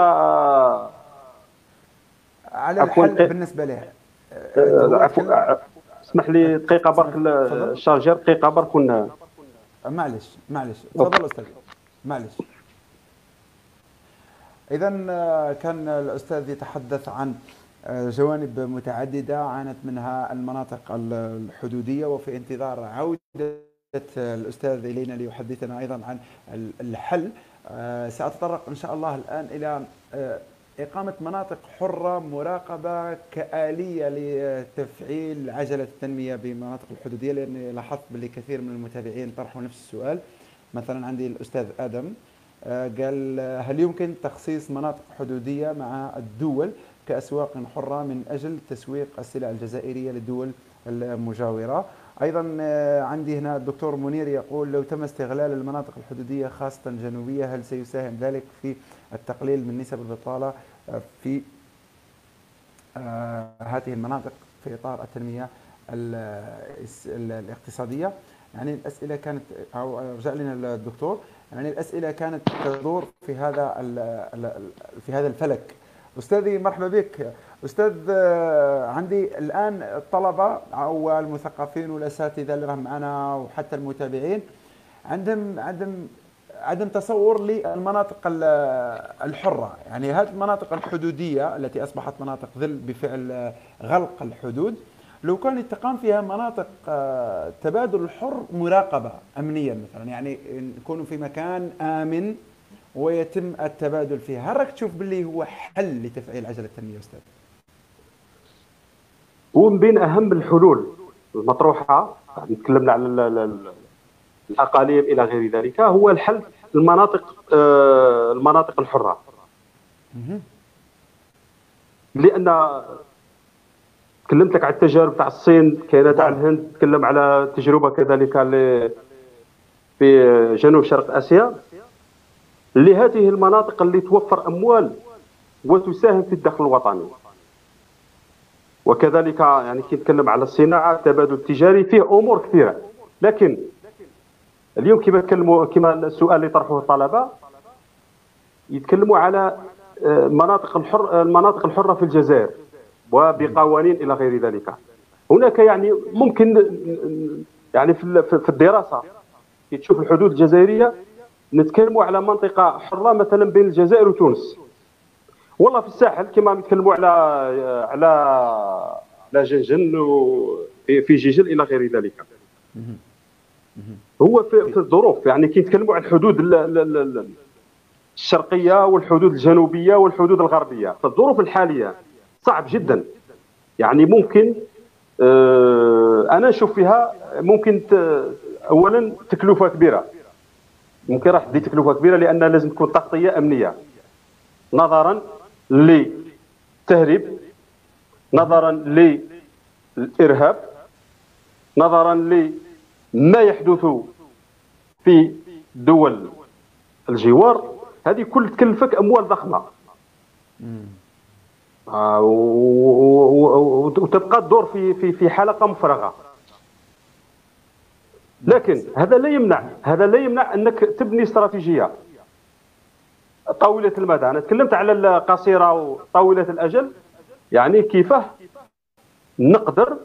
على الحل بالنسبه له. عفوا اسمح لي دقيقه برك الشارجر، دقيقه برك كنا معلش معلش تفضل استاذ معلش. اذا كان الاستاذ يتحدث عن جوانب متعدده عانت منها المناطق الحدوديه، وفي انتظار عوده الأستاذ إلينا ليحدثنا أيضا عن الحل. سأتطرق إن شاء الله الآن إلى إقامة مناطق حرة مراقبة كآلية لتفعيل عجلة التنمية بمناطق الحدودية، لأني لاحظت باللي كثير من المتابعين طرحوا نفس السؤال. مثلا عندي الأستاذ آدم قال هل يمكن تخصيص مناطق حدودية مع الدول كأسواق حرة من أجل تسويق السلع الجزائرية للدول المجاورة؟ أيضا عندي هنا الدكتور منير يقول لو تم استغلال المناطق الحدودية خاصة الجنوبية هل سيساهم ذلك في التقليل من نسب البطالة في هذه المناطق في إطار التنمية الاقتصادية؟ يعني الأسئلة كانت، أو رجع لنا الدكتور، يعني الأسئلة كانت تدور في هذا في هذا الفلك. أستاذي مرحبا بك. أستاذ عندي الآن الطلبة أو المثقفين والأساتذة اللي راهم معنا وحتى المتابعين عندهم عندهم عدم تصور للمناطق الحرة، يعني هذه المناطق الحدودية التي أصبحت مناطق ظل بفعل غلق الحدود. لو كان تقام فيها مناطق آه، تبادل الحر مراقبة أمنيا مثلا، يعني نكونوا في مكان آمن ويتم التبادل فيها، هل راك تشوف باللي هو حل لتفعيل عجلة التنمية أستاذ؟ ومن بين اهم الحلول المطروحه، يعني تكلمنا على ال- ال- الاقاليم الى غير ذلك، هو الحل المناطق آه، المناطق الحره. لان تكلمت لك على التجارب تاع الصين، كاينه تاع الهند، تكلم على تجربه كذلك اللي في جنوب شرق اسيا، لهذه المناطق اللي توفر اموال وتساهم في الدخل الوطني. وكذلك يعني كي نتكلم على الصناعه، التبادل التجاري فيه امور كثيره، لكن اليوم كما تكلموا كما السؤال اللي طرحوه الطلبه، يتكلموا على آه، مناطق الحر المناطق الحره في الجزائر وبقوانين الى غير ذلك. هناك يعني ممكن يعني في في الدراسه كي تشوف الحدود الجزائريه نتكلموا على منطقه حره مثلا بين الجزائر وتونس. والله في الساحل كما نتكلموا على على على جنجن وفي في جيجل الى غير ذلك. هو في, في الظروف يعني كي نتكلموا على الحدود ال ال ال الشرقيه والحدود الجنوبيه والحدود الغربيه، في الظروف الحاليه صعب جدا. يعني ممكن آه انا نشوف فيها ممكن اولا تكلفه كبيره، ممكن راح تدي تكلفه كبيره لان لازم تكون تغطيه امنيه، نظرا للتهريب، نظرا للارهاب، نظرا لما يحدث في دول الجوار. هذه كل تكلفك اموال ضخمه. آه وتبقى الدور في في في حلقه مفرغه. لكن هذا لا يمنع هذا لا يمنع انك تبني استراتيجيه طويله المدى. انا تكلمت على القصيره وطويله الاجل، يعني كيفاه نقدر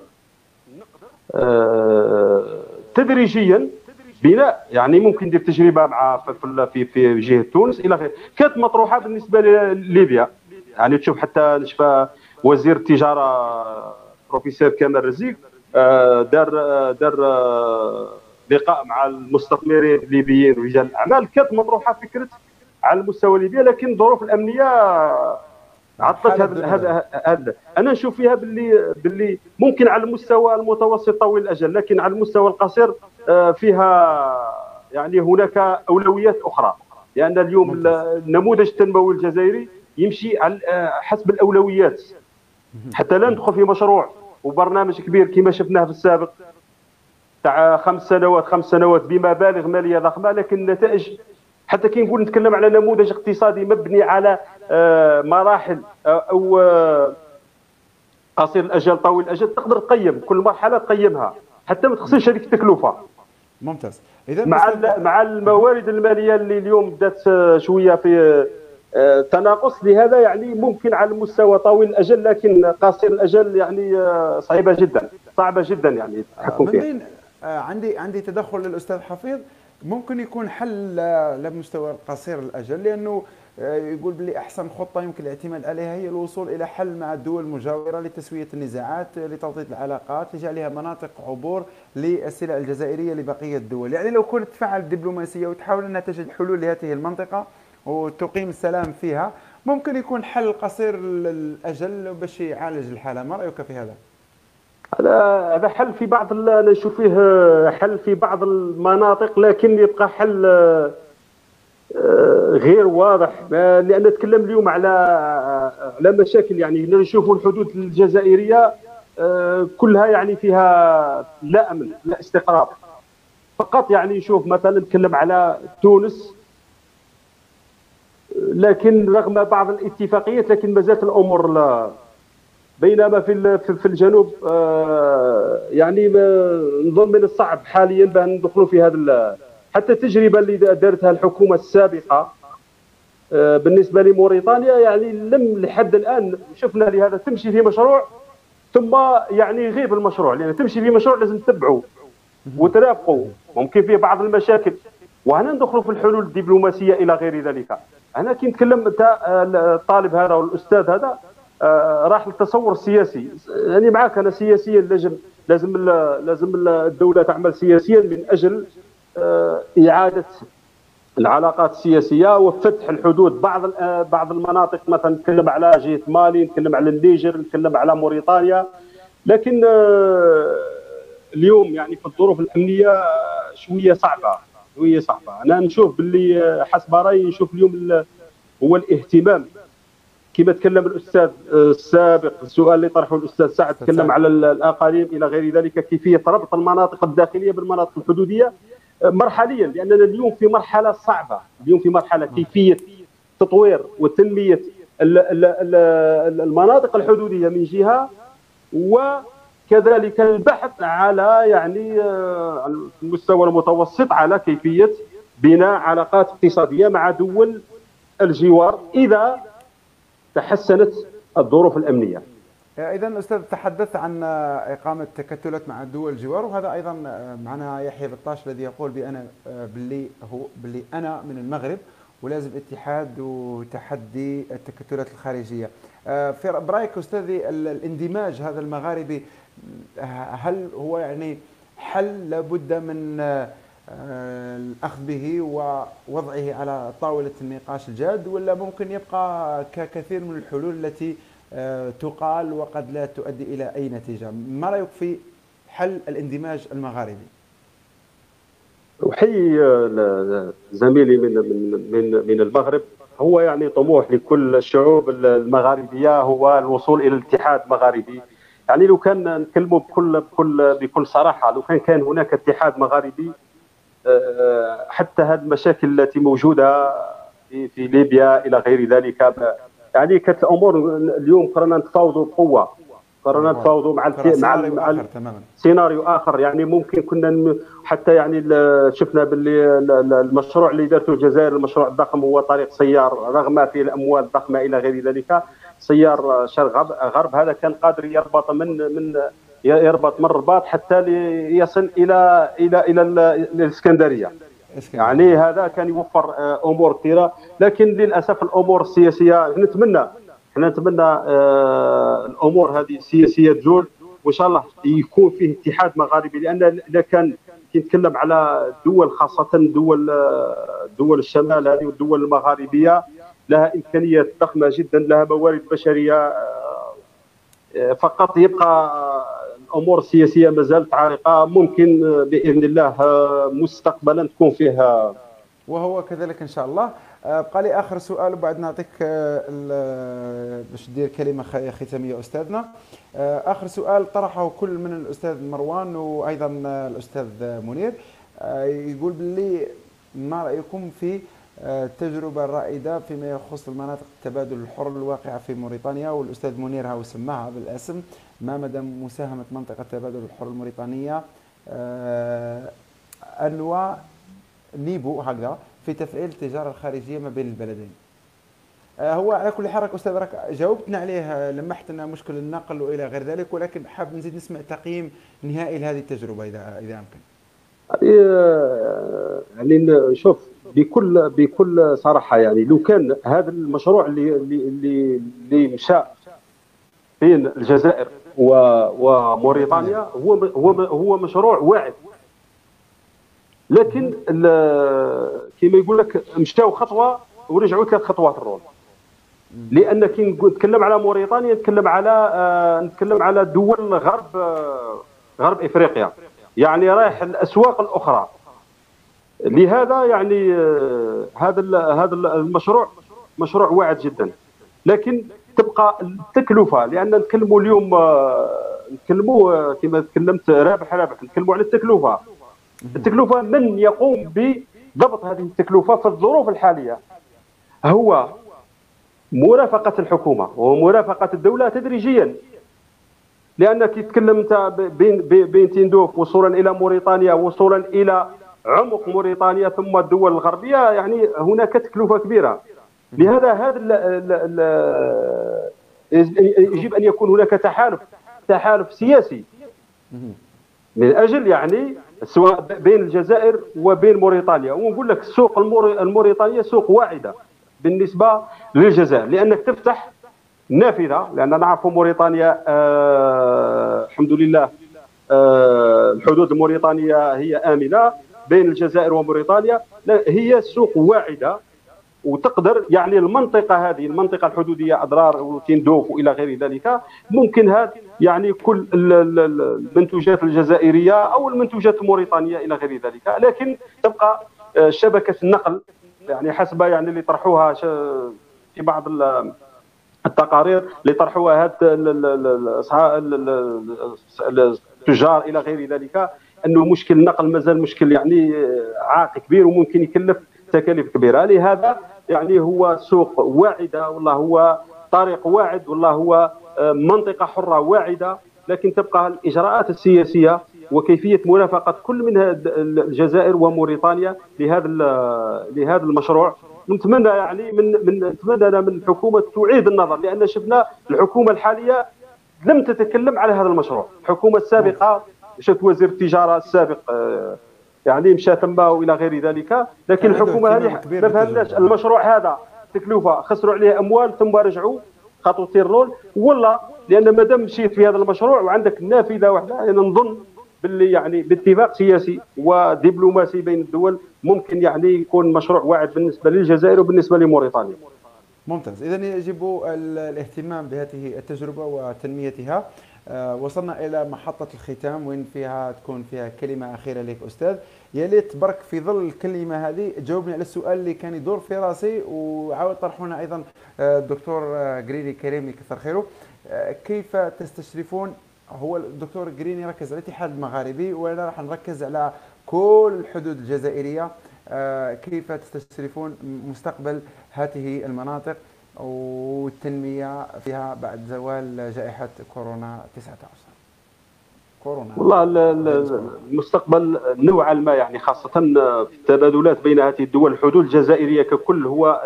آه تدريجيا بناء، يعني ممكن ندير تجربه مع في في في جهه تونس الى غيره. كانت مطروحه بالنسبه لليبيا، يعني تشوف حتى نشفى وزير التجاره بروفيسور كمال رزيق آه دار آه دار آه لقاء مع المستثمرين الليبيين ورجال الاعمال. كانت مطروحه فكره على المستوى الليبي، لكن الظروف الامنيه عطلت هذا هذا هذا. انا نشوف فيها باللي باللي ممكن على المستوى المتوسط طويل الاجل، لكن على المستوى القصير فيها يعني هناك اولويات اخرى، لان اليوم النموذج التنموي الجزائري يمشي على حسب الاولويات، حتى لا ندخل في مشروع وبرنامج كبير كما شفناه في السابق تاع خمس سنوات خمس سنوات بمبالغ ماليه ضخمه، لكن النتائج حتى كي نقول نتكلم على نموذج اقتصادي مبني على مراحل او قصير الاجل طويل الاجل، تقدر تقيم كل مرحله تقيمها حتى ما تخسرش هذيك التكلفه. ممتاز. اذا مع مع الموارد الماليه اللي اليوم بدات شويه في تناقص، لهذا يعني ممكن على المستوى طويل الاجل، لكن قصير الاجل يعني صعيبه جدا صعبه جدا يعني التحكم فيها. من بين عندي عندي تدخل للاستاذ حفيظ، ممكن يكون حل لمستوى قصير الاجل، لانه يقول بلي احسن خطه يمكن الاعتماد عليها هي الوصول الى حل مع الدول المجاوره لتسويه النزاعات، لتوطيد العلاقات، لجعلها مناطق عبور للسلع الجزائريه لبقيه الدول. يعني لو كنت تفعل الدبلوماسيه وتحاول انها تجد حلول لهذه المنطقه وتقيم السلام فيها، ممكن يكون حل قصير الاجل باش يعالج الحاله. ما رايك في هذا؟ هذا هذا حل في بعض، انا نشوف فيه حل في بعض المناطق، لكن يبقى حل غير واضح، لان نتكلم اليوم على على مشاكل. يعني نشوفوا الحدود الجزائريه كلها يعني فيها لا امن لا استقرار فقط. يعني نشوف مثلا نتكلم على تونس، لكن رغم بعض الاتفاقيات لكن ما زالت الامور لا. بينما في في الجنوب يعني نظن من الصعب حاليا بان ندخلوا في هذا. حتى التجربه اللي دارتها الحكومه السابقه بالنسبه لموريتانيا يعني لم لحد الان شفنا لهذا. تمشي في مشروع ثم يعني يغيب المشروع، لان تمشي في مشروع لازم تتبعوا وترافقوا، ممكن فيه بعض المشاكل، وهنا ندخلوا في الحلول الدبلوماسيه الى غير ذلك. انا كي نتكلم تاع الطالب هذا والاستاذ هذا راح للتصور السياسي. يعني معك انا سياسيا لازم لازم لازم الدوله تعمل سياسيا من اجل اعاده العلاقات السياسيه وفتح الحدود. بعض بعض المناطق مثلا نتكلم على جهه مالي، نتكلم على النيجر، نتكلم على موريتانيا. لكن اليوم يعني في الظروف الامنيه شويه صعبه شويه صعبه. انا نشوف باللي حسب رايي نشوف اليوم هو الاهتمام كما تكلم الاستاذ السابق، السؤال اللي طرحه الاستاذ سعد تكلم على الاقاليم الى غير ذلك، كيفيه ربط المناطق الداخليه بالمناطق الحدوديه مرحليا، لاننا اليوم في مرحله صعبه، اليوم في مرحله كيفيه تطوير وتنميه المناطق الحدوديه من جهه، وكذلك البحث على يعني المستوى المتوسط على كيفيه بناء علاقات اقتصاديه مع دول الجوار اذا تحسنت الظروف الامنيه. اذا استاذ تحدث عن اقامه تكتلات مع دول الجوار، وهذا ايضا معناها يحيى بطاش الذي يقول بأنا باللي هو باللي انا من المغرب ولازم اتحاد وتحدي التكتلات الخارجيه. في برايك استاذي الاندماج هذا المغاربي هل هو يعني حل لابد من الأخذ به ووضعه على طاولة النقاش الجاد، ولا ممكن يبقى ككثير من الحلول التي تقال وقد لا تؤدي إلى أي نتيجة؟ ما رأيك في حل الاندماج المغاربي؟ أحيي زميلي من من من المغرب. هو يعني طموح لكل الشعوب المغاربية هو الوصول إلى الاتحاد مغاربي. يعني لو كان نتكلموا بكل بكل بكل صراحة، لو كان كان هناك اتحاد مغاربي حتى هذه المشاكل التي موجوده في, في ليبيا الى غير ذلك، يعني كانت الامور اليوم قررنا نتفاوضوا بقوه، قررنا نتفاوضوا مع مع مع سيناريو اخر. يعني ممكن كنا حتى يعني شفنا باللي المشروع اللي دارته الجزائر، المشروع الضخم هو طريق سيار، رغم فيه الاموال الضخمه الى غير ذلك، سيار شرق غرب هذا كان قادر يربط من من يربط من الرباط حتى يصل الى الى الى الاسكندريه. يعني هذا كان يوفر امور كثيره، لكن للاسف الامور السياسيه نتمنى احنا نتمنى الامور هذه السياسيه تزول، وان شاء الله يكون فيه اتحاد مغاربي. لان اذا كان نتكلم على دول خاصه دول دول الشمال هذه والدول المغاربيه لها امكانيات ضخمه جدا، لها موارد بشريه، فقط يبقى الامور السياسيه ما زالت عالقه. ممكن باذن الله مستقبلا تكون فيها، وهو كذلك ان شاء الله. بقى لي اخر سؤال وبعد نعطيك باش دير كلمه ختاميه استاذنا. اخر سؤال طرحه كل من الاستاذ مروان وايضا الاستاذ منير، يقول باللي ما رايكم في التجربة الرائدة فيما يخص المناطق التبادل الحر الواقعة في موريتانيا، والأستاذ منير هاو سماها بالاسم، ما مدى مساهمة منطقة التبادل الحر الموريتانية أنوا نيبو هكذا في تفعيل التجارة الخارجية ما بين البلدين؟ هو على كل حال أستاذ راك جاوبتنا عليه، لمحت لنا مشكل النقل وإلى غير ذلك، ولكن حاب نزيد نسمع تقييم نهائي لهذه التجربة إذا إذا أمكن. يعني شوف بكل بكل صراحه، يعني لو كان هذا المشروع اللي اللي اللي مشى بين الجزائر وموريتانيا هو هو هو مشروع واعد، لكن كما يقول لك مشاو خطوه ورجعوا ثلاث خطوات الرول. لان كي نتكلم على موريتانيا نتكلم على نتكلم على دول غرب غرب افريقيا، يعني رايح الاسواق الاخرى. لهذا يعني هذا هذا المشروع مشروع واعد جدا، لكن تبقى التكلفه. لان نتكلموا اليوم نتكلموا كما تكلمت رابح رابح نتكلموا على التكلفه. التكلفه من يقوم بضبط هذه التكلفه في الظروف الحاليه؟ هو مرافقه الحكومه ومرافقه الدوله تدريجيا. لانك تتكلم انت بين بين تندوف وصولا الى موريتانيا وصولا الى عمق موريتانيا ثم الدول الغربيه، يعني هناك تكلفه كبيره. لهذا هذا يجب ان يكون هناك تحالف تحالف سياسي من اجل يعني سواء بين الجزائر وبين موريتانيا. ونقول لك السوق الموريتانيه سوق واعده بالنسبه للجزائر، لانك تفتح نافذه، لان نعرف موريتانيا آه الحمد لله آه الحدود الموريتانيه هي امنه بين الجزائر وموريتانيا، هي سوق واعده وتقدر يعني المنطقه هذه المنطقه الحدوديه اضرار وتندوف والى غير ذلك، ممكن هذا يعني كل المنتوجات الجزائريه او المنتوجات الموريتانيه الى غير ذلك، لكن تبقى شبكه النقل يعني حسب يعني اللي طرحوها في بعض التقارير اللي طرحوها هاد التجار الى غير ذلك، انه مشكل النقل مازال مشكل يعني عائق كبير وممكن يكلف تكاليف كبيره. لهذا يعني هو سوق واعده والله هو طريق واعد والله هو منطقه حره واعده، لكن تبقى الاجراءات السياسيه وكيفيه مرافقه كل من الجزائر وموريتانيا لهذا لهذا المشروع. نتمنى يعني من من نتمنى من الحكومه تعيد النظر، لان شفنا الحكومه الحاليه لم تتكلم على هذا المشروع. الحكومه السابقه شفت وزير التجاره السابق يعني مشى تما والى غير ذلك، لكن الحكومه هذه ما فهمناش المشروع هذا تكلفه خسروا عليه اموال ثم رجعوا خطوا تيرلول، ولا لان ما دام مشيت في هذا المشروع وعندك نافذه واحده، انا يعني نظن باللي يعني باتفاق سياسي ودبلوماسي بين الدول ممكن يعني يكون مشروع واعد بالنسبه للجزائر وبالنسبه لموريتانيا. ممتاز، اذا يجب الاهتمام بهذه التجربه وتنميتها. آه وصلنا الى محطه الختام وين فيها تكون فيها كلمه اخيره لك استاذ. يا ليت برك في ظل الكلمه هذه جاوبني على السؤال اللي كان يدور في راسي وعاود طرحونا ايضا الدكتور قريني كريم كثر خيره. آه كيف تستشرفون؟ هو الدكتور قريني ركز على الاتحاد المغاربي وانا راح نركز على كل الحدود الجزائريه. آه كيف تستشرفون مستقبل هذه المناطق والتنميه فيها بعد زوال جائحه كورونا تسعة عشر؟ كورونا والله المستقبل نوعا ما يعني خاصه في التبادلات بين هذه الدول، الحدود الجزائريه ككل هو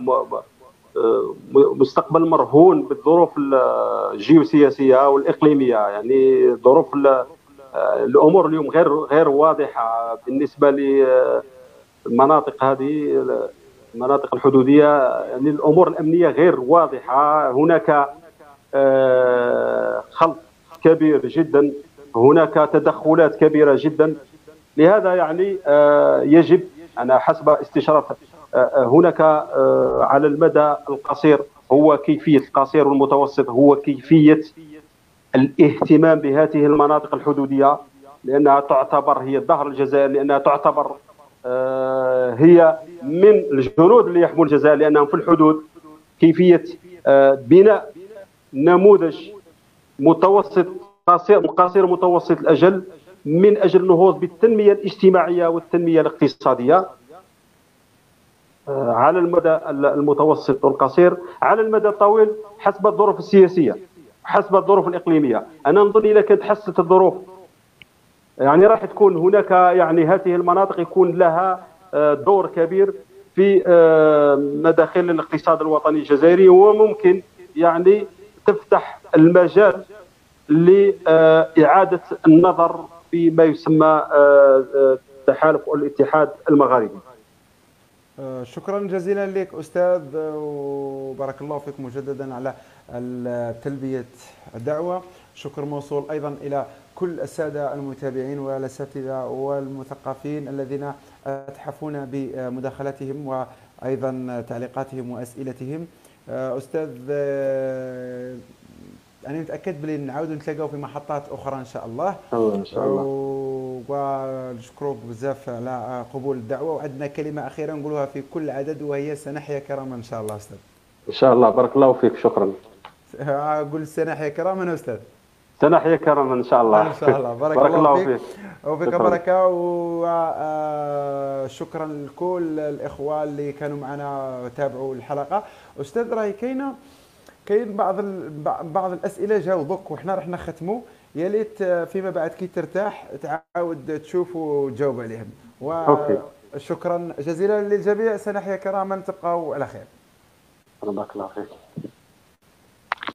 مستقبل مرهون بالظروف الجيوسياسيه والاقليميه، يعني ظروف الامور اليوم غير غير واضحه بالنسبه للمناطق هذه المناطق الحدوديه، يعني الامور الامنيه غير واضحه، هناك خلط كبير جدا، هناك تدخلات كبيره جدا. لهذا يعني يجب انا حسب استشراف هناك على المدى القصير هو كيفيه القصير والمتوسط هو كيفيه الاهتمام بهذه المناطق الحدوديه، لانها تعتبر هي ظهر الجزائر، لانها تعتبر هي من الجنود اللي يحموا الجزائر لانهم في الحدود. كيفيه بناء نموذج متوسط قصير قصير متوسط الاجل من اجل النهوض بالتنميه الاجتماعيه والتنميه الاقتصاديه على المدى المتوسط والقصير. على المدى الطويل حسب الظروف السياسيه حسب الظروف الاقليميه، انا نظن اذا كانت حسنت الظروف يعني راح تكون هناك يعني هذه المناطق يكون لها دور كبير في مداخل الاقتصاد الوطني الجزائري، وممكن يعني تفتح المجال لإعادة النظر فيما يسمى التحالف والاتحاد المغاربي. شكرا جزيلا لك أستاذ، وبارك الله فيك مجددا على تلبية الدعوة. شكر موصول أيضا إلى كل السادة المتابعين والأساتذة والمثقفين الذين أتحفونا بمداخلاتهم وأيضا تعليقاتهم وأسئلتهم. أستاذ أنا متأكد بلي نعاود نتلاقاو في محطات أخرى إن شاء الله. إن شاء الله. ونشكرك بزاف على قبول الدعوة، وعندنا كلمة أخيرة نقولها في كل عدد وهي سنحيا كراما إن شاء الله أستاذ. إن شاء الله، بارك الله فيك، شكرا. أقول سنحيا كراما أستاذ. سنحيا كراما إن شاء الله. إن شاء الله. بارك, بارك الله فيك, فيك. وفيك بركة، وشكرا لكل الإخوة اللي كانوا معنا وتابعوا الحلقة. أستاذ راهي كاينة كاين بعض بعض الاسئله جاوبك وحنا راح نختموا، يا ليت فيما بعد كي ترتاح تعاود تشوف وتجاوب عليهم. وشكرا جزيلا للجميع، سنحيا كراما، تبقوا على خير. بارك الله فيك.